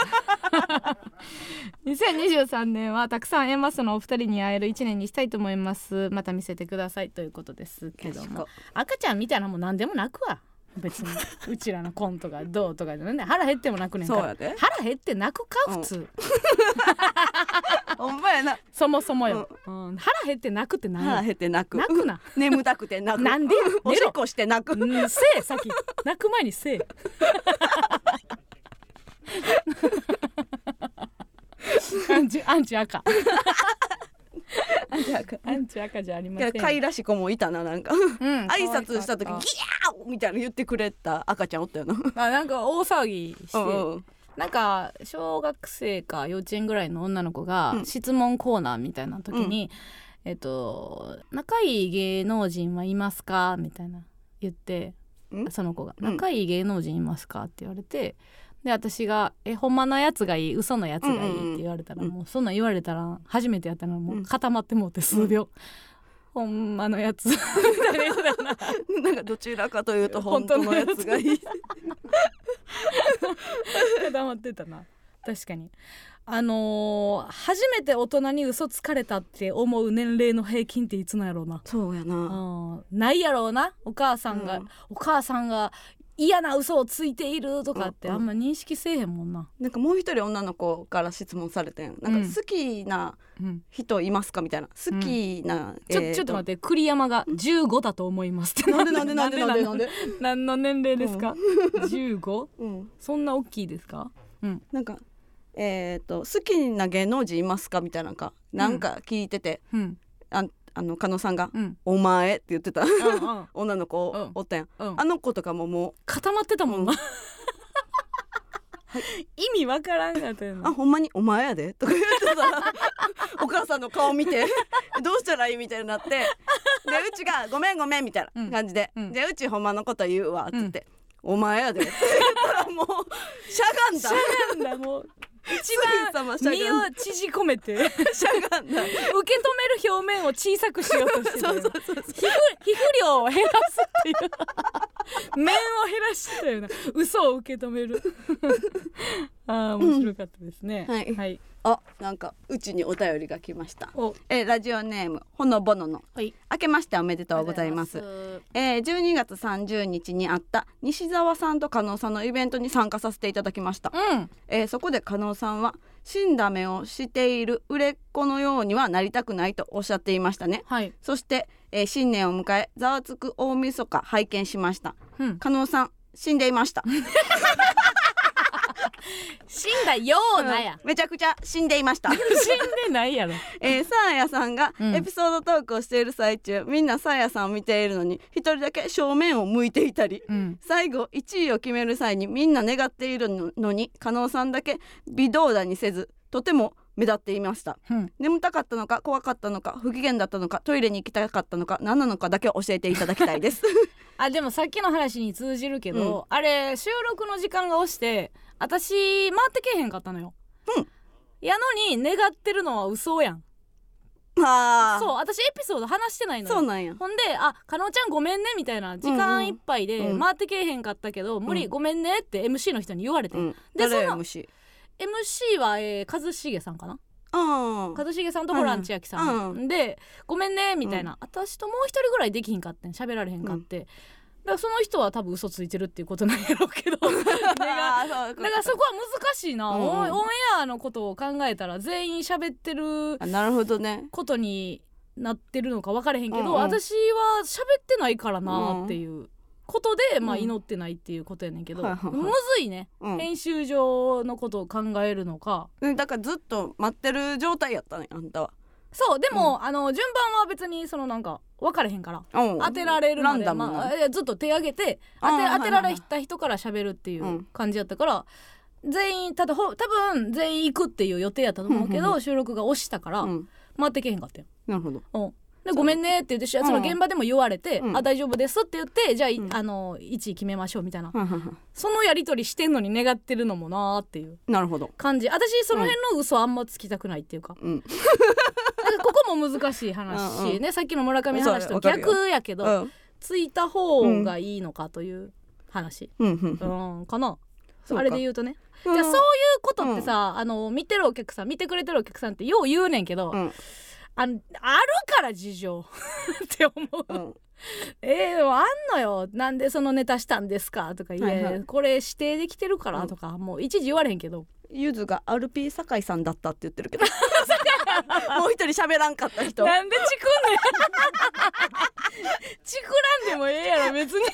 にせんにじゅうさんねんはたくさんエマスのお二人に会えるいちねんにしたいと思います。また見せてくださいということですけども、赤ちゃんみたいなもん何でも泣くわ別にうちらのコントがどうとかで、ね、腹減っても泣くねんから。腹減って泣くか普通、 ほんまやな。 そもそもよ、うんうん、腹減って泣くって何？ 腹減って泣く。 泣くな。 眠たくて泣く。 なんでや？ おしっこして泣く。 うん、せえ先。泣く前にせえ。アンチアンチ赤。アンチ赤。アンチ赤じゃありません。 可愛らしい子もいたな、なんか、うん、挨拶した時ギャーみたいな言ってくれた赤ちゃんおったよな。 あ、なんか大騒ぎして、うんうん、なんか小学生か幼稚園ぐらいの女の子が質問コーナーみたいな時に、うん、えっと仲いい芸能人はいますかみたいな言って、その子が仲いい芸能人いますかって言われて、で私がえほんまのやつがいい嘘のやつがいいって言われたら、うんうん、もうそんなん言われたら初めてやったらもう固まってもうて数秒、うん、ほんまのやつみたいな言うたな。 なんかどちらかというと本当のやつがいい固まってたな。確かにあのー、初めて大人に嘘つかれたって思う年齢の平均っていつなんやろうな。 そうやな、 うん、ないやろうな。お母さんが、うん、お母さんが嫌な嘘をついているとかってあんま認識せえへんもんな、うんうん、 なんかもう一人女の子から質問されてん。なんか好きな人いますかみたいな、好きな、うんえー、ちょ、ちょっと待って、栗山がじゅうごだと思いますって。 なんでなんでなんでなんでなんで何の年齢ですか、うん、じゅうご、うん、そんな大きいですか、うん、 なんかえー、と好きな芸能人いますかみたいな か,、うん、なんか聞いてて、うん、ああの加納さんが、うん、お前って言ってた、うんうん、女の子、うん、おったやん、うん、あの子とかももう固まってたもんな、うんはい、意味わからんかったよな。 あ、ほんまにお前やでとか言ってたらお母さんの顔見てどうしたらいいみたいになって、でうちがごめんごめんみたいな感じで、うん、でうちほんまのこと言うわって言って、うん、お前やでって言ったらもうしゃがんだしゃがんだもう一番身を縮こめてしゃがんだ受け止める表面を小さくしようとしてそうそうそうそう皮膚、皮膚量を減らすっていう面を減らしたような嘘を受け止めるあー面白かったですね、 うん、はい、はい、あ、なんかうちにお便りが来ました。えラジオネームほのぼのの、はい、明けましておめでとうございます。えー、じゅうにがつさんじゅうにちにあった西澤さんと加納さんのイベントに参加させていただきました、うんえー、そこで加納さんは死んだ目をしている売れっ子のようにはなりたくないとおっしゃっていましたね、はい、そして、えー、新年を迎えざわつく大晦日拝見しました、うん、加納さん死んでいました死んだようなや、 うん、めちゃくちゃ死んでいました死んでないやろ、 えー、サーヤさんがエピソードトークをしている最中、うん、みんなサーヤさんを見ているのに一人だけ正面を向いていたり、うん、最後いちいを決める際にみんな願っているのに加納さんだけ微動だにせずとても目立っていました、うん、眠たかったのか怖かったのか不機嫌だったのかトイレに行きたかったのか何なのかだけ教えていただきたいですあでもさっきの話に通じるけど、うん、あれ収録の時間が押して私回ってけへんかったのよ、うん、やのに願ってるのは嘘やん。あそう私エピソード話してないのよ。 そうなんや。 ほんであ加納ちゃんごめんねみたいな時間いっぱいで回ってけへんかったけど、うん、無理ごめんねって エムシー の人に言われて、うん、でその エムシー エムシー は、えー、一茂さんかな、うん、一茂さんとホラン千秋さん、うん、でごめんねみたいな、うん、私ともう一人ぐらいできひんかってん喋られへんかって、うん、だからその人は多分嘘ついてるっていうことなんやろうけどだからそこは難しいな、うん、オンエアのことを考えたら全員喋ってることになってるのか分かれへんけど、うんうん、私は喋ってないからなっていうことで、まあ、祈ってないっていうことやねんけど、うん、むずいね、うん、編集上のことを考えるのか。 だからずっと待ってる状態やったねあんたは。 そうでも、うん、あの順番は別にそのなんか分かれへんから、うん、当てられるまで、まあ、ずっと手挙げて当て、当てられた人から喋るっていう感じやったから、うん、全員ただほ多分全員行くっていう予定やったと思うけど、うん、収録が押したから、うん、回ってけへんかったよ。 なるほど、 うんでごめんねって言ってその現場でも言われて、うん、あ大丈夫ですって言ってじゃあ、うん、あの位置決めましょうみたいな、うん、そのやり取りしてんのに願ってるのもなーっていうなるほど感じ。私その辺の嘘あんまつきたくないっていうか、うん、ここも難しい話、うんうんね、さっきの村上の話と逆やけど、うん、ついた方がいいのかという話、うんうんうん、かなあれで言うとね、うん、じゃあそういうことってさ、うん、あの見てるお客さん見てくれてるお客さんってよう言うねんけど、うん、あ, あるから事情って思う、うん、えー、あんのよなんでそのネタしたんですかとか、いや、はいはい、これ指定できてるからとか、うん、もう一時言われへんけどゆずがアルピー酒井さんだったって言ってるけどもう一人喋らんかった人なんでチクんねんチクらんでもええやろ別に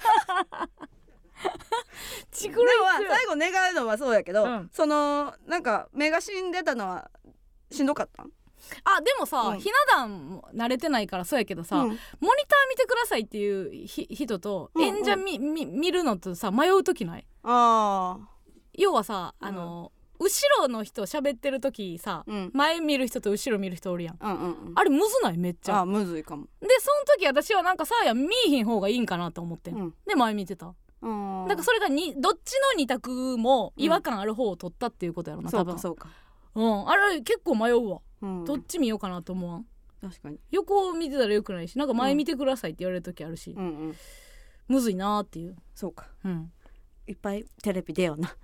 チクらんでも最後願うのはそうやけど、うん、そのなんか目が死んでたのはしんどかったん？ あでもさ、うん、ひな壇も慣れてないからそうやけどさ、うん、モニター見てくださいっていう人と、うんうん、演者 見, 見, 見るのとさ迷う時ない？あ要はさあの、うん、後ろの人喋ってる時さ、うん、前見る人と後ろ見る人おるやん、うんうんうん、あれむずない？めっちゃあむずいかも。 でその時私はなんかさあや見えひん方がいいんかなと思って、うん、で前見てた。なんかそれがにどっちの二択も違和感ある方を取ったっていうことやろな、うん、多分そうかそうか、 うん、あれ結構迷うわ、うん、どっち見ようかなと思わん？ 確かに横を見てたらよくないしなんか前見てくださいって言われる時あるし、うんうんうん、むずいなーっていう。 そうか、うん、いっぱいテレビ出ような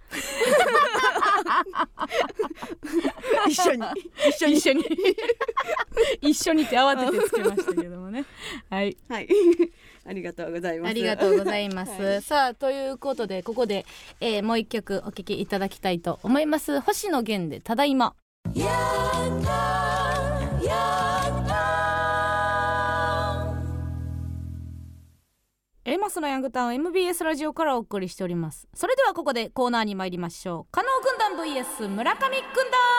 一緒に一緒に一緒に一緒にって慌ててつけましたけどもねはいはいありがとうございます。 ありがとうございます、はい、さあということでここで、えー、もう一曲お聴きいただきたいと思います。星野源でただいま。やったやったエマスのヤングタウン エムビーエス ラジオからお送りしております。それではここでコーナーに参りましょう。加納軍団 ブイエス 村上軍団。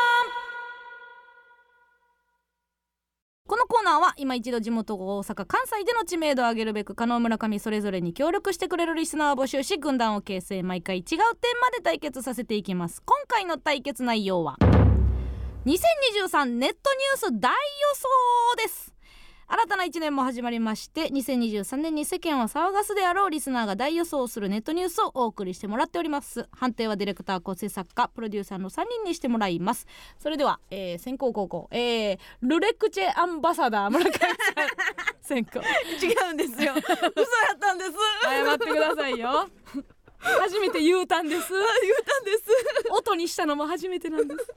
このコーナーは今一度地元大阪関西での知名度を上げるべく加納村上それぞれに協力してくれるリスナーを募集し軍団を形成、毎回違うテーマで対決させていきます。今回の対決内容はにせんにじゅうさんネットニュース大予想です。新たないちねんも始まりましてにせんにじゅうさんねんに世間を騒がすであろうリスナーが大予想するネットニュースをお送りしてもらっております。判定はディレクター、構成作家、プロデューサーのさんにんにしてもらいます。それでは、えー、先攻後攻、えー、ルレクチェアンバサダー村上さん先行。 違うんですよ嘘やったんです謝ってくださいよ初めて言うたんです言うたんです音にしたのも初めてなんです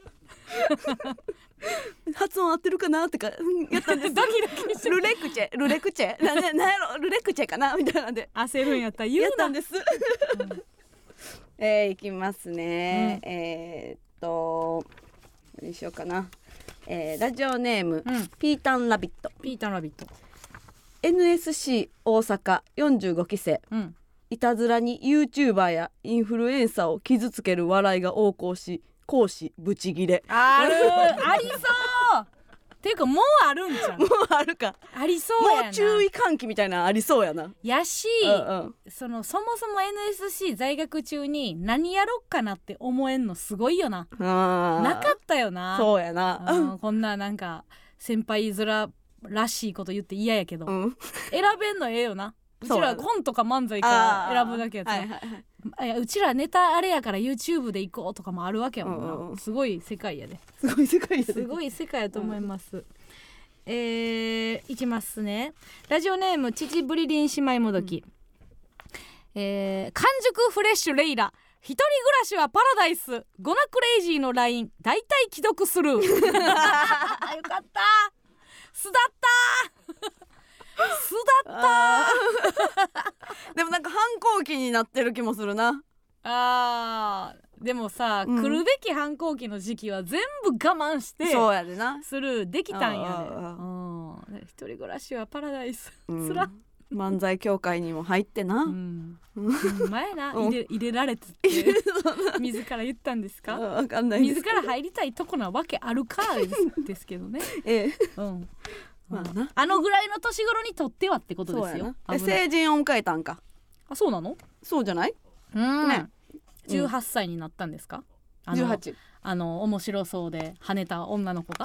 発音合ってるかなとかやったんですドキドキしてルレクチェルレクチェな、ね、なんやろルレクチェかなみたいなんで焦るんやったら言うなやったんです、うん、えー、いきますね、うん、えー、っと何しようかな、えー、ラジオネーム、うん、ピータンラビットピータンラビットエヌエスシー 大阪よんじゅうごきせい、うん、いたずらに YouTuber やインフルエンサーを傷つける笑いが横行し講師ブチギレ。 あるありそうっていうかもうあるんじゃん。 もうあるかありそうやな。 もう注意喚起みたいなのありそうやな。 やし、うんうん、そのそもそも エヌエスシー 在学中に何やろっかなって思えんのすごいよな。あなかったよな。 そうやな、 うん、こんななんか先輩面らしいこと言って嫌やけど、うん、選べんのええよな。うちら本とか漫才から選ぶだけやつ、はいはいはい、いやうちらネタあれやから YouTube で行こうとかもあるわけやもんな、うんうん、すごい世界やですごい世界やですごい世界やと思います、うん、えー、いきますね。ラジオネーム父ブリリン姉妹もどき、うん、えー、完熟フレッシュレイラ一人暮らしはパラダイスゴナクレイジーの ライン 大体既読するよかった巣だった巣だったでもなんか反抗期になってる気もするな。 あーでもさ、うん、来るべき反抗期の時期は全部我慢してそうやでなスルーできたんやで、うん、一人暮らしはパラダイス、うん、つら漫才協会にも入ってな、うん、 前な入れ、入れられてって自ら言ったんですか。 わかんないです自ら入りたいとこなわけあるかですですけどねええ、 うんまあ、なあのぐらいの年頃にとってはってことですよ。 成人を迎えたんか。 あそうなの。 そうじゃない、 うんね、じゅうはっさいになったんですか、うん、あのじゅうはちあの面白そうで跳ねた女の子が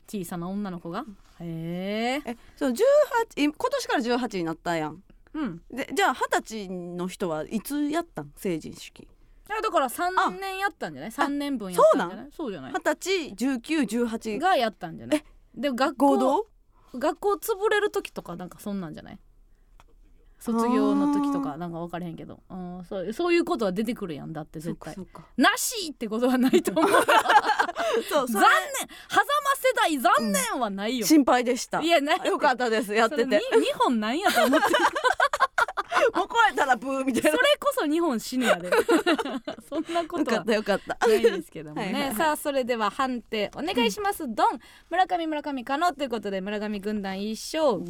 小さな女の子が。へえ、そう、じゅうはち、今年からじゅうはちになったやん。 うん。 で、じゃあ二十歳の人はいつやったん、成人式。 だからさんねんやったんじゃない？さんねんぶんやったんじゃない？そうじゃない？ 二十歳、じゅうきゅう、じゅうはちがやったんじゃない？で学校学校潰れる時とかなんかそんなんじゃない？卒業の時とかなんか分からへんけど、うん、そう、そういうことは出てくるやん。だって絶対なしってことはないと思う。そう、残念、狭間世代残念はないよ、うん、 心配でした。 いや、なよかったです、やってて。に日本なんやと思ってもう超えたらブーみたいな。 それこそ日本死ぬやでそんなことはよかったないですけどもね。はいはいはい、さあそれでは判定お願いします、うん、ドン。村上村上可能ということで村上軍団一勝。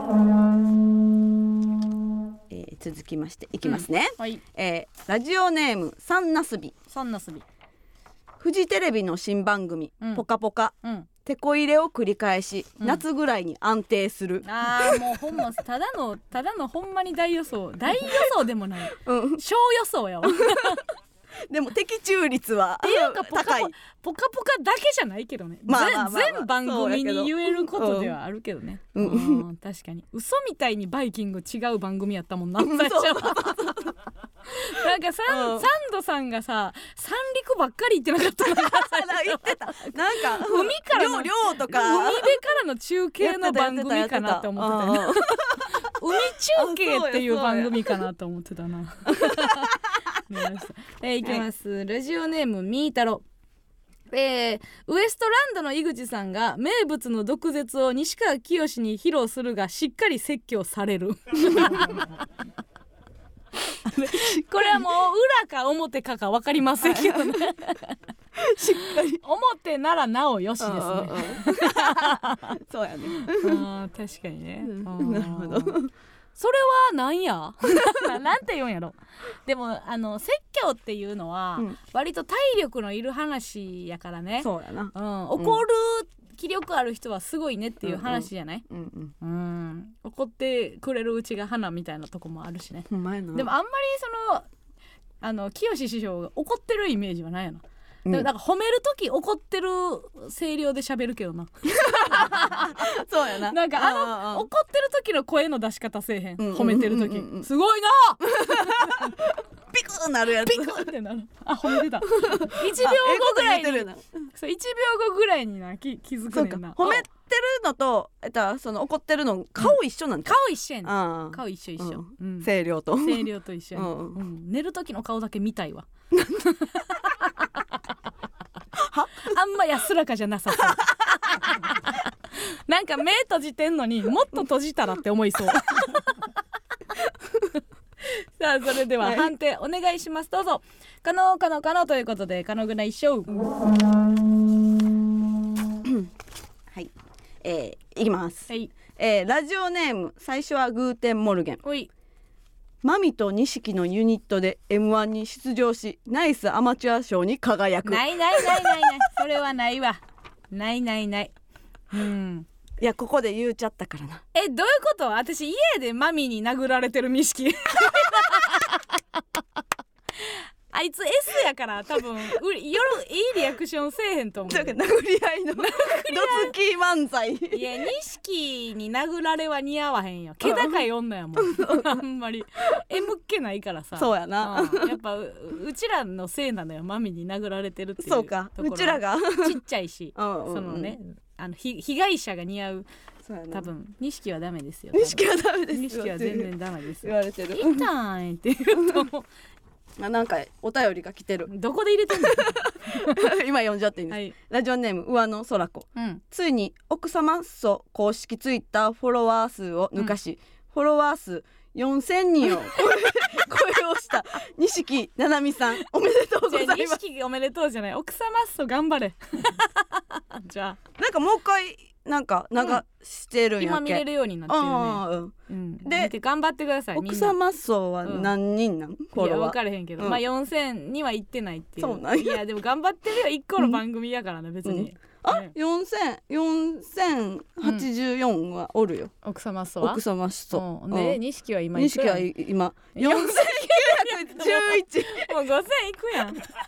えー、続きましていきますね、 うん、はい。 えー、ラジオネームサンナスビ。 サンナスビ。 フジテレビの新番組、うん、ポカポカ、うん、テこ入れを繰り返し、うん、夏ぐらいに安定する。 あーもうほんまただのただのほんまに大予想大予想でもない、うん、小予想やわでも的中率は高い。 ポカポカだけじゃないけどね、まあまあまあまあ、全番組に言えることではあるけどね、うんうん、確かに嘘みたいにバイキング違う番組やったもんな最初はなんかサン、うん、サンドさんがさ三陸ばっかり行ってなかったのか言ってた。なんか海からの漁とか海辺からの中継の番組かなって思ってたよね海中継っていう番組かなと思ってたなえー、いきます、はい、ラジオネームみーたろ。えー、ウエストランドの井口さんが名物の毒舌を西川きよしに披露するがしっかり説教されるこれはもう裏か表かか分かりませんけどねしっかり表ならなおよしですねそうやねあ確かにね、 うん、なるほど。 それはなんやなんて言うんやろ。でもあの説教っていうのは、うん、割と体力のいる話やからね。 そうやな、 うん、怒る気力ある人はすごいねっていう話じゃない、うんうんうん、怒ってくれるうちが花みたいなとこもあるしね。でもあんまりそのあの清志師匠が怒ってるイメージはないやな。でもなんか褒めるとき怒ってる声量で喋るけどなそうやな。 なんかあの怒ってる時の声の出し方せえへん、うん、褒めてる時、うんうんうん、すごいなピクーなるやつ。 ピクーってなる。あ褒めてたいちびょうごぐらいにそういちびょうごぐらいにな 気, 気づくねんな。 褒めてるのとえっとその怒ってるの顔一緒なんだ、 うん、顔一緒やねん。顔一緒一緒、 うん、声量と声量と一緒やねん、うんうん、寝る時の顔だけ見たいわあんま安らかじゃなさそうなんか目閉じてんのにもっと閉じたらって思いそうさあそれでは判定お願いします。どうぞ。可能可能可能ということで可能ぐらい一勝はい、えー、いきます、はいえー、ラジオネーム最初はグーテンモルゲン。おいマミと錦のユニットで エムワン に出場しナイスアマチュア賞に輝く。 ないないないないないそれはないわ。ないないない。うんいやここで言うちゃったからな。 えどういうこと？私家でマミに殴られてる錦あいつ S やから多分う夜いいリアクションせえへんと思う。 だから殴り合いのどつき漫才。 いや錦に殴られは似合わへんよ。気高い女やもんあんまり M っ気ないからさ。 そうやな、 うん、やっぱ う, うちらのせいなのよマミに殴られてるっていう。 そうかうちらがちっちゃいしうんうん、うん、そのねあの被害者が似合う。そうやな多分錦はダメですよ。 錦はダメですよ。 錦は全然ダメですよ言われてる。 いたんって言うとあなんかお便りが来てる。 どこで入れてんの今読んじゃっていいんです、はい、ラジオネーム上野空子、うん、ついに奥様そ公式ツイッターフォロワー数を抜かし、うん、フォロワー数よんせんにんを超えをした錦ななみさんおめでとうございます。 錦おめでとうじゃない奥様そ頑張れじゃあなんかもう一回なんか流してるんやっけ、うん、 今見れるようになってるね、うんうん、で見て頑張ってください。 奥様層は何人なん、うん、 いや分かれへんけど、うん、まあよんせんには行ってないっていう。 そうなんや。 いやでも頑張ってるよいっこの番組やからね、うん、別に、うんあ、ね、よんせんよんせんはちじゅうよんはおるよ、 うん、奥様層は奥様層、 うん、で錦は今錦は今よんせんきゅうひゃくじゅういちもうごせんいくやん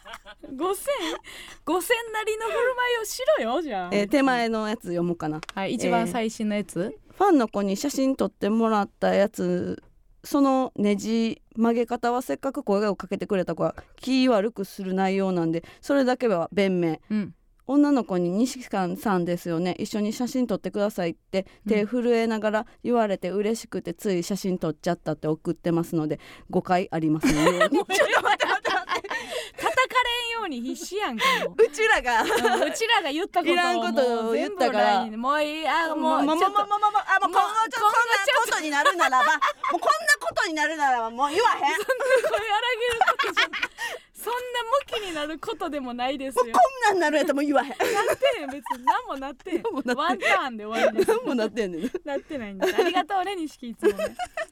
ごせんごせんなりの振る舞いをしろよじゃあ、 えー、手前のやつ読もうかな。 はい、一番最新のやつ、 えー、ファンの子に写真撮ってもらったやつ、そのネジ曲げ方はせっかく声をかけてくれた子が気悪くする内容なんで、それだけは弁明、うん、女の子に西川さんですよね、一緒に写真撮ってくださいって手震えながら言われて嬉しくてつい写真撮っちゃったって送ってますので誤解ありますね。ちょっと待って待って待って叩かれんように必死やんかもうちらが、 うん、うちらが言ったことをいらんことを言ったからもういい、あもうもうちょっともうもうもうもうもう今後ちょっとこんなことになるならばもうこんなことになるならばもう言わへん。そんな声荒げることじゃそんな向きになることでもないですよ。もうこんなんなるやつも言わへん。なってへん、別に何もなってへん。ワンターンで終わりです。 何もなってんねん。 なってないんです。ありがとうね錦いつもね。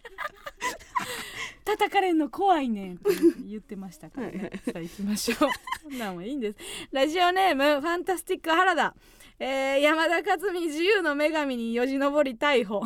叩かれんの怖いねんって言ってましたからね。さあ行きましょう。そんなんはいいんです。ラジオネームファンタスティック原田、えー、山田勝美自由の女神によじ登り逮捕。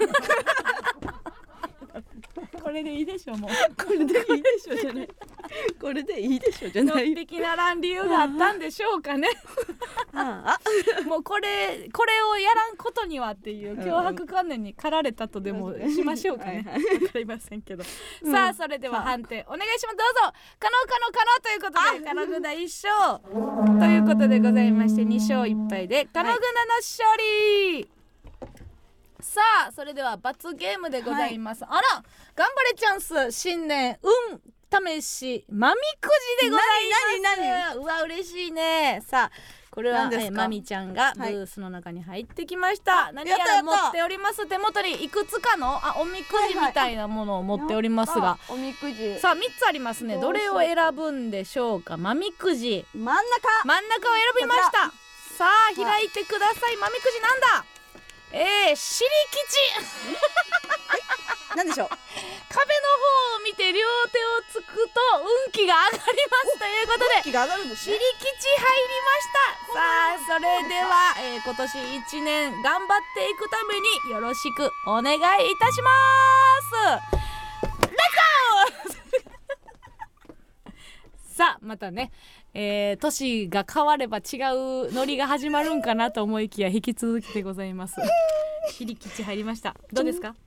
これでいいでしょ。もうこれでいいでしょじゃない。これでいいでしょじゃない。 のっぴきならん理由があったんでしょうかね。ああもうこれこれをやらんことにはっていう脅迫観念に駆られたとでもしましょうかね。わかりませんけど、うん、さあそれでは判定お願いします。どうぞ。可能可能可能ということで可能軍団いっ勝ということでございましてに勝いっ敗で可能軍団の勝利、はい。さあそれでは罰ゲームでございます、はい、あら頑張れチャンス新年運試しまみくじでございます。何何何うわ嬉しいね。さあこれはえまみちゃんがブースの中に入ってきました、はい、何やら持っております。手元にいくつかのあおみくじみたいなものを持っておりますが、はいはい、 おみくじさあみっつありますね。どれを選ぶんでしょうか。まみくじ真ん中真ん中を選びました。さあ開いてください。まみくじなんだ。えー、しり吉なんでしょう。 壁の方を見て両手をつくと運気が上がりますということで運気が上がるんですね。 しり吉入りました。さあそれでは、えー、今年いちねん頑張っていくためによろしくお願いいたします。レッツゴーさあまたねえー、年が変われば違うノリが始まるんかなと思いきや引き続きでございます。しり吉入りました。どうですか。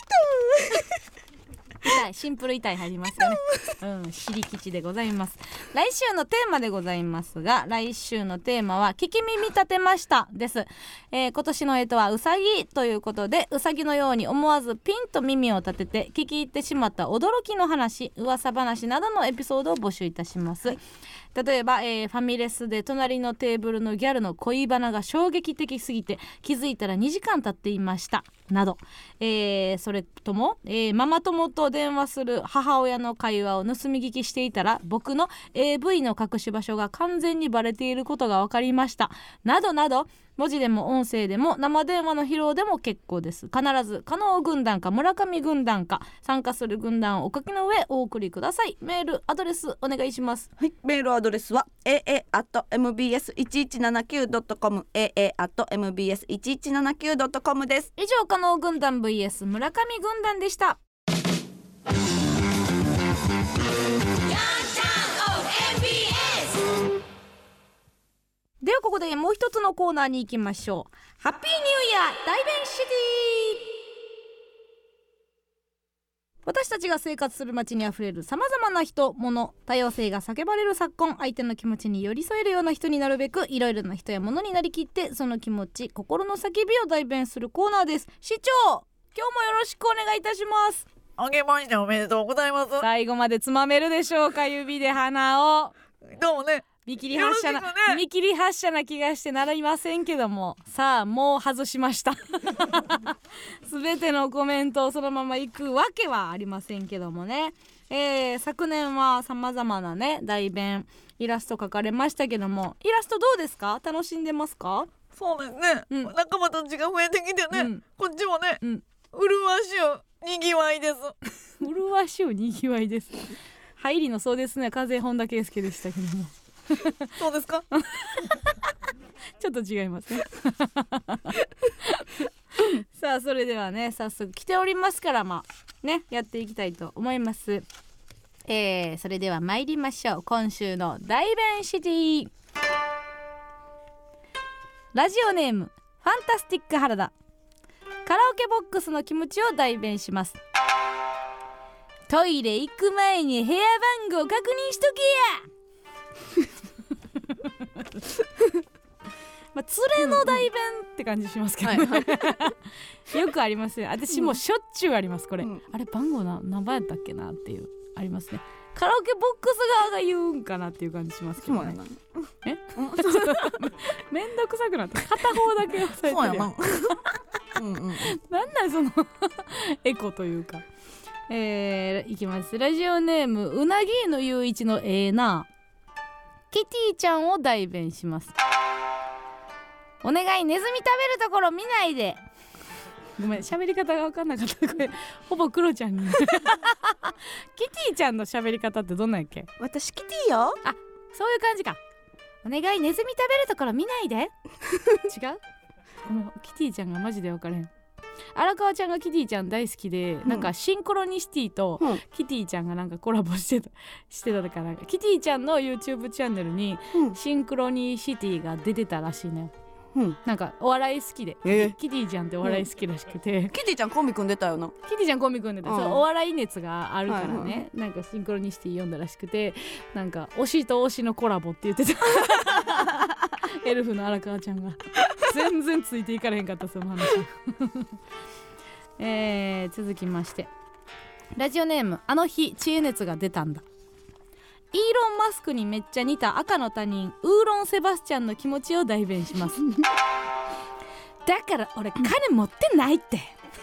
痛いシンプル痛い入りますよね。うん、しり吉でございます。来週のテーマでございますが、来週のテーマは聞き耳立てましたです、えー、今年の干支はうさぎということで、うさぎのように思わずピンと耳を立てて聞き入ってしまった驚きの話、噂話などのエピソードを募集いたします、はい。例えば、えー、ファミレスで隣のテーブルのギャルの恋バナが衝撃的すぎて気づいたらにじかん経っていましたなど、えー、それとも、えー、ママ友と電話する母親の会話を盗み聞きしていたら僕の エーブイ の隠し場所が完全にバレていることが分かりましたなどなど、文字でも音声でも生電話の披露でも結構です。必ず加納軍団か村上軍団か参加する軍団をお書きの上お送りください。メールアドレスお願いします。 はい、メールアドレスは エーエー アット エムビーエス いちいちななきゅう ドットコム エーエー アット エムビーエス いちいちななきゅう ドットコム です。 以上加納軍団 ブイエス 村上軍団でした。ではここでもう一つのコーナーに行きましょう。ハッピーニューイヤー大弁シティ。私たちが生活する街にあふれるさまざまな人物、多様性が叫ばれる昨今、相手の気持ちに寄り添えるような人になるべくいろいろな人や物になりきってその気持ち心の叫びを代弁するコーナーです。市長今日もよろしくお願いいたします。 あけましておめでとうございます。 最後までつまめるでしょうか指で鼻を。 どうもね、 見切り発車な、ね、見切り発車な気がしてなりませんけども、さあもう外しましたすべてのコメントをそのまま行くわけはありませんけどもね、えー、昨年はさまざまなね代弁イラスト描かれましたけども、イラストどうですか。楽しんでますか。 そうですね、うん、仲間たちが増えてきてね、うん、こっちもね、うん、うるわしゅうにぎわいですうるわしゅうにぎわいです入りのそうですね、風本田圭佑でしたけどもそうですかちょっと違いますねさあそれではね早速来ておりますから、まあねやっていきたいと思います。 えー、それでは参りましょう。今週の代弁シティ。ラジオネームファンタスティック原田。カラオケボックスの気持ちを代弁します。トイレ行く前に部屋番号確認しとけやまあ、連れの代弁って感じしますけど、ね、うんはいはい、よくありますよ。私もしょっちゅうありますこれ、うん、あれ番号な何番やったっけなっていうありますね。カラオケボックス側が言うんかなっていう感じしますけどね。えめんどくさくなって片方だけ押さえてるやんうん、うん、なんなんそのエコというか、えー、いきます。ラジオネームうなぎのゆういちのええなキティちゃんを代弁します。お願い、ネズミ食べるところ見ないで。ごめん、喋り方が分かんなかった。これほぼクロちゃんにキティちゃんの喋り方ってどんなんやっけ。 私キティよ。 あ、そういう感じか。お願い、ネズミ食べるところ見ないで違うもうキティちゃんがマジで分からへん。荒川ちゃんがキティちゃん大好きで、うん、なんかシンクロニシティとキティちゃんがなんかコラボしてたしてたから、キティちゃんの YouTube チャンネルにシンクロニシティが出てたらしいのよ。うん、なんかお笑い好きで、えー、キティちゃんってお笑い好きらしくて、うん、 キティちゃんコンビ組んでたよな。 キティちゃんコンビ組んでた、うん、そうお笑い熱があるからね、はいはい、なんかシンクロニシティ読んだらしくて、なんか推しと推しのコラボって言ってたエルフの荒川ちゃんが全然ついていかれへんかったその話えー、続きまして、ラジオネームあの日知恵熱が出たんだ。イーロン・マスクにめっちゃ似た赤の他人ウーロン・セバスチャンの気持ちを代弁しますだから俺金持ってないって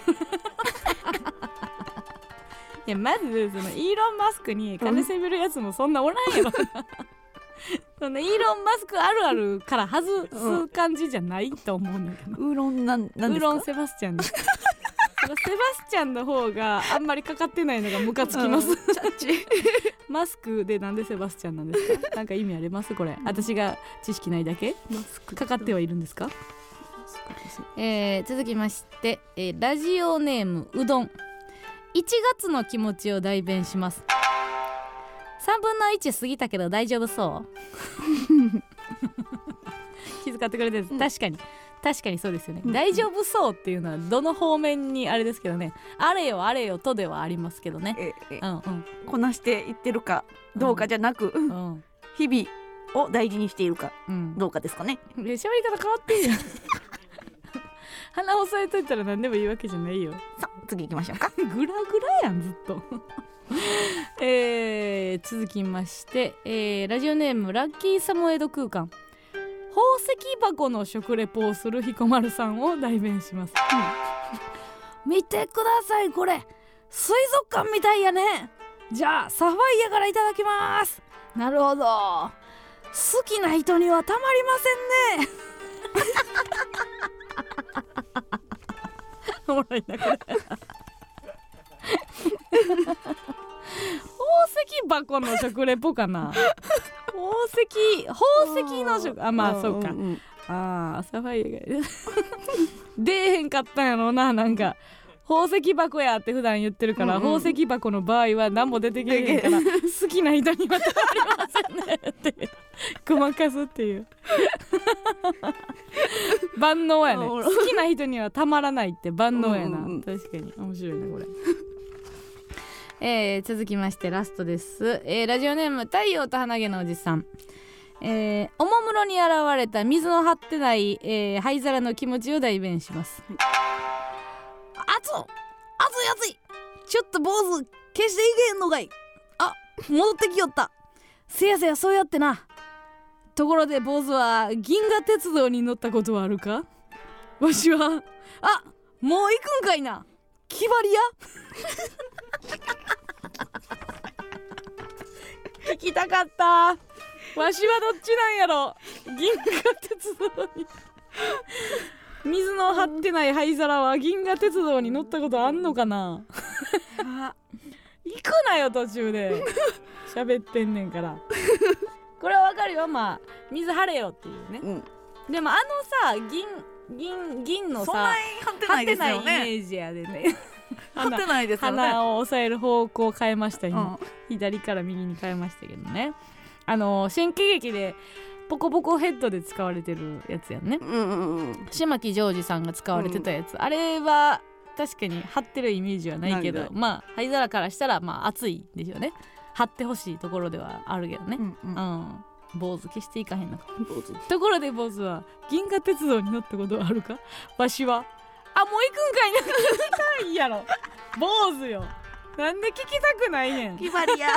いやまずそのイーロン・マスクに金せびるやつもそんなおらんやろ、うん、そのイーロン・マスクあるあるから外す感じじゃないと思うんだけど、 ウーロンなんなんですか。ウーロン・セバスチャンですセバスチャンの方があんまりかかってないのがムカつきます、うん、マスクでなんでセバスチャンなんですか。なんか意味ありますこれ。私が知識ないだけ。マスクかかってはいるんですか。えー、続きまして、えー、ラジオネームうどん。いちがつの気持ちを代弁します。さんぶんのいち過ぎたけど大丈夫そう気遣ってくれてる、うん、確かに確かにそうですよね、うん、大丈夫そうっていうのはどの方面にあれですけどね、あれよあれよとではありますけどね、ええ、うんうん、 こなしていってるかどうかじゃなく、うんうん、日々を大事にしているかどうかですかね、 うん、喋り方変わってんやん鼻押さえといたら何でもいいわけじゃないよ。 さあ次行きましょうかグラグラやんずっとえー、続きまして、えー、ラジオネームラッキーサモエド空間。宝石箱の食レポをする彦丸さんを代弁します、うん、見てくださいこれ水族館みたいやね。じゃあサファイアからいただきます。なるほど、好きな人にはたまりませんねおもろいなこれ宝石箱の食レポかな宝石宝石の食あまあそうか、うんうん、ああサファイアが出えへんかったんやろうな。なんか宝石箱やって普段言ってるから、うんうん、宝石箱の場合は何も出てけへんから好きな人にはたまりませんねってごまかすっていう万能やね。好きな人にはたまらないって万能やな、うんうん、確かに面白いねこれえー、続きましてラストです、えー、ラジオネーム太陽と花毛のおじさん。えー、おもむろに現れた水の張ってない、えー、灰皿の気持ちを代弁します。熱い熱い熱いちょっと坊主消していけへんのかい。あ、戻ってきよった。せやせやそうやってな。ところで坊主は銀河鉄道に乗ったことはあるか。わしはあ、もう行くんかいな。決まりや聞きたかった。わしはどっちなんやろ。銀河鉄道に水の張ってない灰皿は銀河鉄道に乗ったことあんのかな行くなよ途中で喋ってんねんからこれはわかるよ。まあ水張れよっていうね、うん、でもあのさ銀銀銀のさそんなに張ってないですよね。 張ってないイメージやでね貼ってないですよね。 鼻を押さえる方向を変えました今、うん、左から右に変えましたけどね。あの新喜劇でポコポコヘッドで使われてるやつやね、うんうんうん、島木ジョージさんが使われてたやつ、うん、あれは確かに貼ってるイメージはないけど、まあ灰皿からしたらまあ熱いんでしょうね。貼ってほしいところではあるけどね、うんうんうん、坊主消していかへんのか。ところで坊主は銀河鉄道に乗ったことあるか。わしはあもう行くんかいな。聞きたいやろ坊主よ。なんで聞きたくないねん。 決まりや。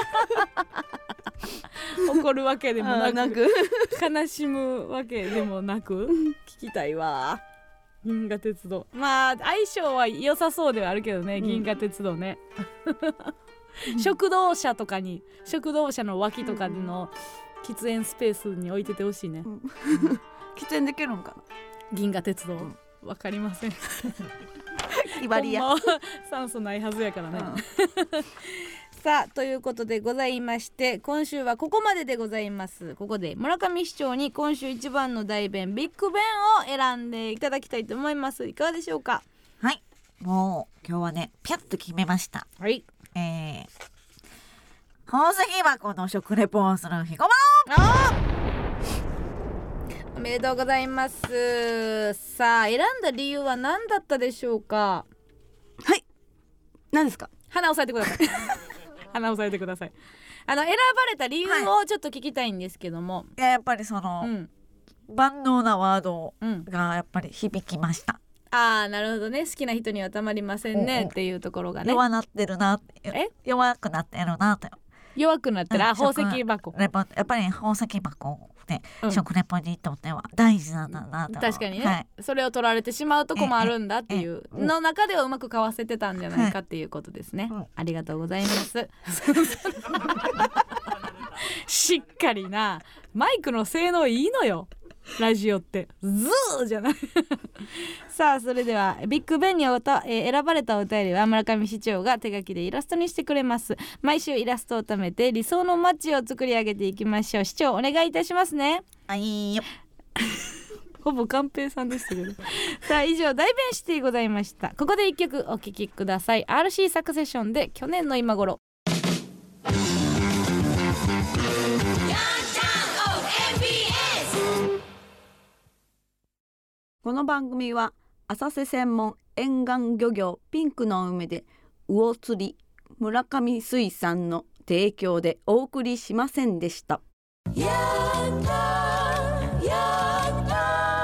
怒るわけでもなく、なく悲しむわけでもなく聞きたいわ。銀河鉄道まあ相性は良さそうではあるけどね、うん、銀河鉄道ね。食堂車とかに食堂車の脇とかの喫煙スペースに置いててほしいね、うん、 喫煙できるんかな銀河鉄道、うん、わかりません。 決まりや。 酸素ないはずやからね、うん、さあということでございまして、今週はここまででございます。ここで村上市長に今週一番の大弁ビッグ弁を選んでいただきたいと思います。いかがでしょうか。 はい、もう今日はねピャッと決めました。 はい、 えー、宝石箱の食レポをするひこまおめでとうございます。さあ選んだ理由は何だったでしょうか。 はい、何ですか。 鼻押さえてください。鼻押さえてください。あの選ばれた理由をちょっと聞きたいんですけども、 はい、いややっぱりその、うん、万能なワードがやっぱり響きました、 うん、ああなるほどね。好きな人にはたまりませんね、うん、っていうところがね。 弱なってるなえ弱くなってるなと。 弱くなってる、うん、宝石箱レポやっぱり宝石箱ね、うん、食レポにとっては大事なんだなと。 確かにね、はい、それを取られてしまうとこもあるんだっていうの中ではうまくかわせてたんじゃないかっていうことですね、はい、ありがとうございます。しっかりなマイクの性能いいのよラジオってズーじゃないさあそれではビッグベンにおた、えー、選ばれたお便りは村上市長が手書きでイラストにしてくれます。毎週イラストを貯めて理想のマッチを作り上げていきましょう。市長お願いいたしますね。 はいよほぼ寛平さんでしたけどさあ以上大弁シティございました。ここで一曲お聴きください。 アールシー サクセションで去年の今頃。 この番組は浅瀬専門沿岸漁業ピンクの海で魚釣り村上水産の提供でお送りしませんでした。やったやった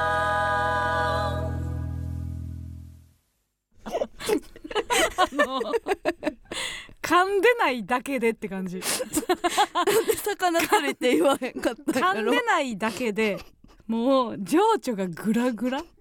あの噛んでないだけでって感じ。 魚釣りって言わへんかった噛んでないだけでもう情緒がグラグラ。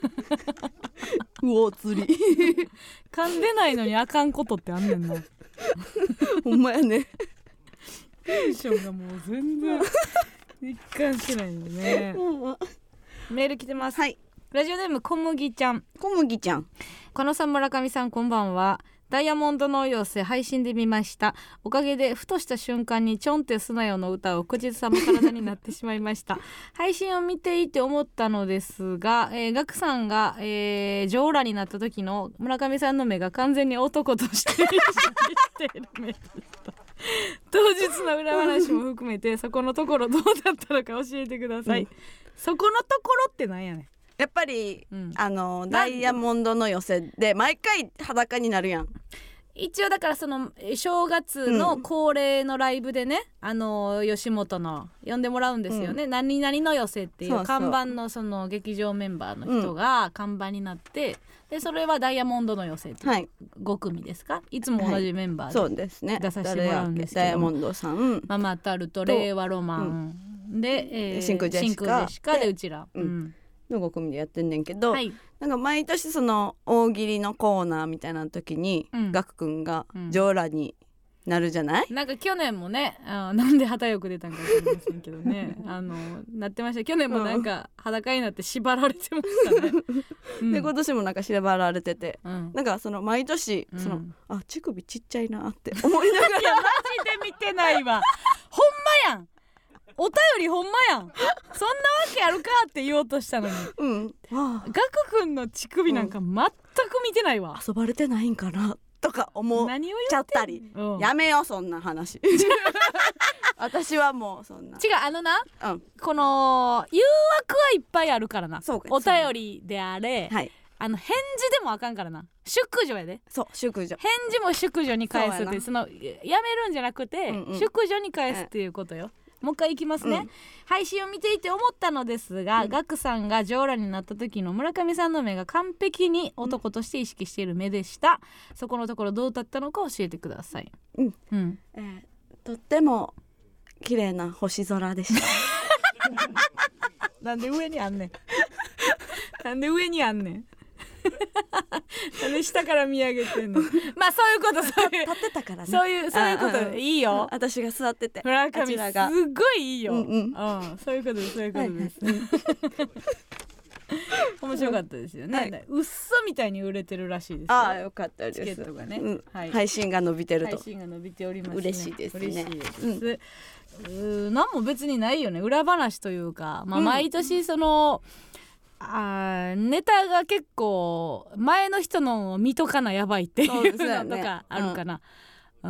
魚釣り噛んでないのにあかんことってあんねんな。 ほんまやね。 テンションがもう全然一貫してないよね。メール来てます、 はい、 ラジオネーム小麦ちゃん。 小麦ちゃん、 このさん村上さんこんばんは。ダイヤモンドの妖精配信で見ました。おかげでふとした瞬間にちょんってすなよの歌を口ずさむ体になってしまいました。配信を見ていて思ったのですが、えー、ガクさんが、えー、ジョーラになった時の村上さんの目が完全に男として意識している目でした当日の裏話も含めてそこのところどうだったのか教えてください、うん、そこのところってなんやねん。 やっぱり、うん、あのダイヤモンドの寄せで毎回裸になるやん。 一応だからその正月の恒例のライブでね、うん、あの吉本の呼んでもらうんですよね、うん、何々の寄せっていう看板のその劇場メンバーの人が看板になって、うん、でそれはダイヤモンドの寄せっていうご組ですか、はい、いつも同じメンバーで出させてもらうんですけど、 ダイヤモンドさん、 ママタルト、令和ロマン、うん、で、えー、 真空ジェシカ、 真空ジェシカでうちら、 うんうんのご組でやってんねんけど、はい、なんか毎年その大喜利のコーナーみたいな時に、うん、ガクくんが上裸になるじゃない、 うん、なんか去年もねあなんで旗よく出たんか分かりませんけどねあのなってました。去年もなんか裸になって縛られてましたね、 うん、で今年もなんか縛られてて、うん、なんかその毎年その、うん、あ乳首ちっちゃいなって思いながらいやマジで見てないわほんまやんお便りほんまやんそんなわけあるかって言おうとしたのに、うん、ガクくんの乳首なんか全く見てないわ、 うん、遊ばれてないんかなとか思っちゃったり、うん、やめようそんな話私はもうそんな違うあのな、うん、この誘惑はいっぱいあるからな。お便りであれ、はい、あの返事でもあかんからな。淑女やで。 そう淑女。 返事も淑女に返すって、そのやめるんじゃなくて、うんうん、淑女に返すっていうことよ。もう一回いきますね、うん、配信を見ていて思ったのですが、うん、ガクさんが上裸になった時の村上さんの目が完璧に男として意識している目でした、うん、そこのところどうだったのか教えてください。うん、 うんえー、とっても綺麗な星空でしたなんで上にあんねんなんで上にあんねんなんで下から見上げてんのまあそういうことそういう立ってたからねそういうそういうこといいよ。 私が座ってて村上すっごいいいよ、うんうんうん、そういうことですそういうことです、はいはい面白かったですよね、はい、うっそみたいに売れてるらしいですよ。 ああよかったです。 チケットがね、 うんはい、配信が伸びてると配信が伸びておりますね。 嬉しいですね。 嬉しいです、うん、何も別にないよね裏話というか、まあ、毎年その、うん、あネタが結構前の人の見とかなやばいっていうのとかあるかな、うん、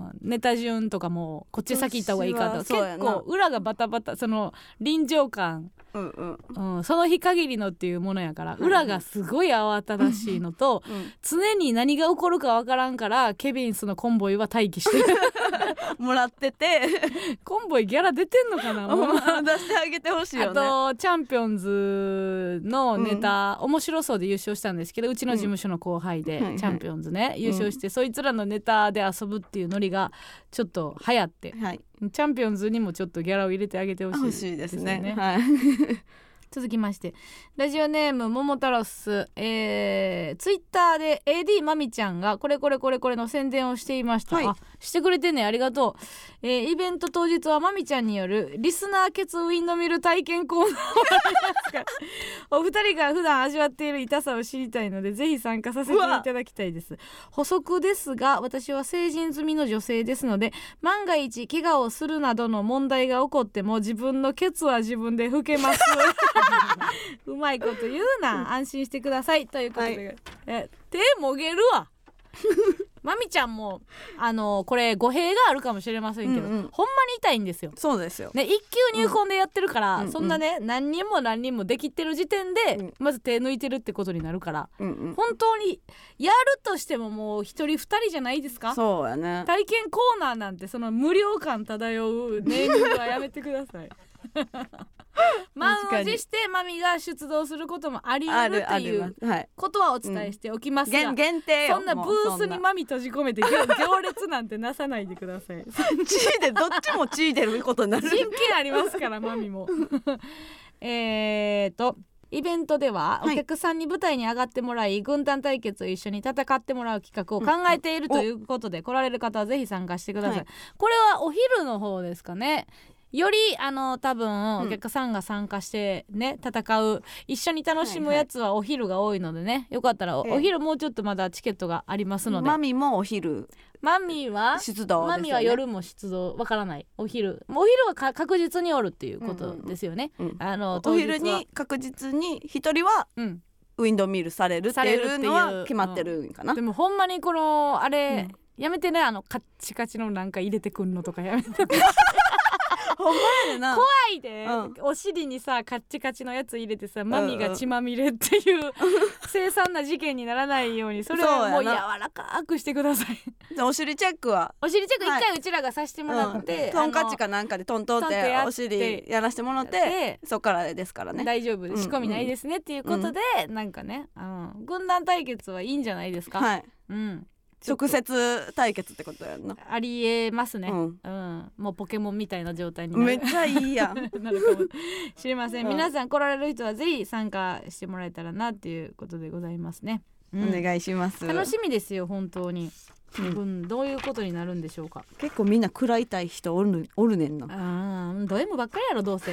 ネタ順とかもこっち先行った方がいいかとか結構裏がバタバタその臨場感うんうんうん、その日限りのっていうものやから裏がすごい慌ただしいのと、うん、常に何が起こるかわからんからケビンスのコンボイは待機してるもらっててコンボイギャラ出てんのかなもう出してあげてほしいよね。 あとチャンピオンズのネタ、うん、面白そうで優勝したんですけどうちの事務所の後輩で、うん、チャンピオンズね、はいはい、優勝して、うん、そいつらのネタで遊ぶっていうノリがちょっと流行って、はい、チャンピオンズにもちょっとギャラを入れてあげてほしいですね。 欲しいですね、はい続きましてラジオネーム桃太郎ス、えー、ツイッターで エーディー まみちゃんがこれこれこれこれの宣伝をしていました、はい、あしてくれてねありがとう、えー、イベント当日はまみちゃんによるリスナーケツウィンドミル体験コーナーをありますからお二人が普段味わっている痛さを知りたいのでぜひ参加させていただきたいです。補足ですが私は成人済みの女性ですので万が一怪我をするなどの問題が起こっても自分のケツは自分で拭けますうまいこと言うな安心してくださいということで、はい、え手もげるわまみちゃんもあのこれ語弊があるかもしれませんけど、うんうん、ほんまに痛いんですよ。 そうですよ、 ね、一級入魂でやってるから、うん、そんなね何人も何人もできてる時点で、うん、まず手抜いてるってことになるから、うんうん、本当にやるとしてももう一人二人じゃないですか。 そうやね体験コーナーなんてその無料感漂うネーミングはやめてください満を持してマミが出動することもあり得るっていうことはお伝えしておきますが、 うん、限定よ。 そんなブースにマミ閉じ込めて行列なんてなさないでください血でどっちも血出ることになる真剣ありますからマミもえーとイベントではお客さんに舞台に上がってもらい、はい、軍団対決を一緒に戦ってもらう企画を考えているということで、うん、来られる方はぜひ参加してください、はい、これはお昼の方ですかね。よりあの多分お客さんが参加してね、うん、戦う一緒に楽しむやつはお昼が多いのでね、はいはい、よかったら お,、ええ、お昼もうちょっとまだチケットがありますので。 マミもお昼マミは出動ですよね。 マミは夜も出動わからないお昼お昼はか確実におるっていうことですよね、うんうんうん、あのお昼に確実に一人は、うんウィンドミルされるっていうのは決まってるんかな、 うん、でもほんまにこのあれ、うん、やめてねあのカッチカチのなんか入れてくんのとかやめてほんまやでな怖いで、うん、お尻にさカッチカチのやつ入れてさマミが血まみれっていう、うん、凄惨な事件にならないようにそれはもう柔らかくしてくださいお尻チェックはお尻チェック一回うちらがさせてもらって、 うん、トンカチかなんかでトントンってお尻やらせてもらってそっからですからね大丈夫で仕込みないですねっていうことで、うん、なんかね、うん、軍団対決はいいんじゃないですか。はい、うん直接対決ってことやんな。 ありえますね、うんうん、もうポケモンみたいな状態になるめっちゃいいやんなるかもしれません、うん、皆さん来られる人はぜひ参加してもらえたらなっていうことでございますね、 うん、お願いします。 楽しみですよ本当に、うんうん、どういうことになるんでしょうか。 結構みんな食らいたい人おる、おるねんな。 あード M ばっかりやろどうせ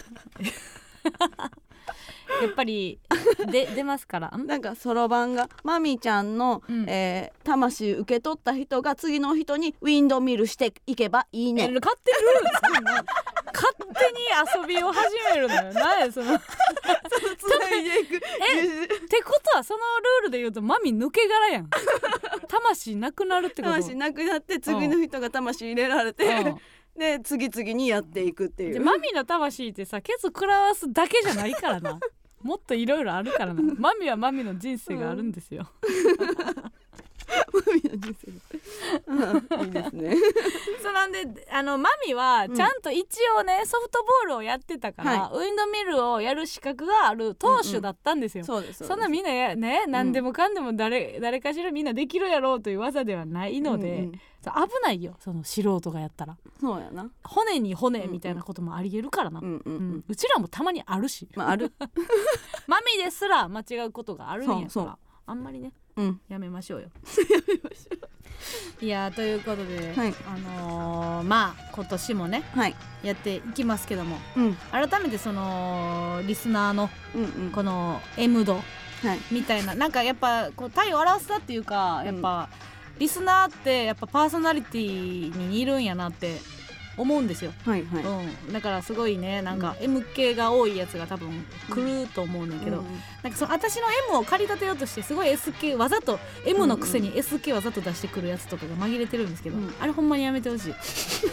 やっぱりで出ますからなんかそろばんがマミちゃんの、うんえー、魂受け取った人が次の人にウィンドミルしていけばいいね。 勝手にルール作るの勝勝手に遊びを始めるのよ。何やそのそのつないでいくえってことはそのルールで言うとマミ抜け殻やん。魂なくなるってこと。 魂なくなって次の人が魂入れられて、うんで次々にやっていくっていう。 マミの魂ってさケツ食らわすだけじゃないからな。もっといろいろあるからな。マミはマミの人生があるんですよ。 マミの人生がいいですね。 そうなんであのマミはちゃんと一応ね、うん、ソフトボールをやってたから、はい、ウィンドミルをやる資格がある投手だったんですよ。 うんうん、そうですそうです。 そんなみんなやね何でもかんでも 誰,、うん、誰かしらみんなできるやろうという技ではないので、うんうん、危ないよその素人がやったら。 そうやな。 骨に骨みたいなこともありえるからな、うんうんうんうん、うちらもたまにあるし、 まあ、あるマミですら間違うことがあるんやから、 そうそうあんまりね、 うん、 やめましょうよ。 やめましょう。いやということで、 はい、 あのー、まあ今年もね、はい、やっていきますけども、うん、改めてそのリスナーのこの M 度みたいな、うんうん、なんかやっぱこう体を表すだっていうか、やっぱ、うん、リスナーってやっぱパーソナリティにいるんやなって思うんですよ、はいはい、うん、だからすごいねなんか M 系が多いやつが多分来ると思うんだけど、うん、なんかその私の M を駆り立てようとしてすごい S 系わざと M のくせに S 系わざと出してくるやつとかが紛れてるんですけど、うん、あれほんまにやめてほしい。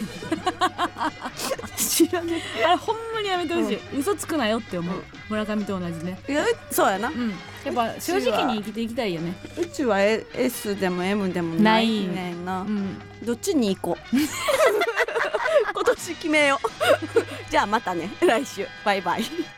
知らねえ。あれほんまにやめてほしい、うん、嘘つくなよって思う、うん、村上と同じね。 いやそうやな、うん、 やっぱ正直に生きていきたいよね。 うちは S でも M でもないねんな、うん、どっちに行こう。今年決めよう。じゃあまたね来週バイバイ。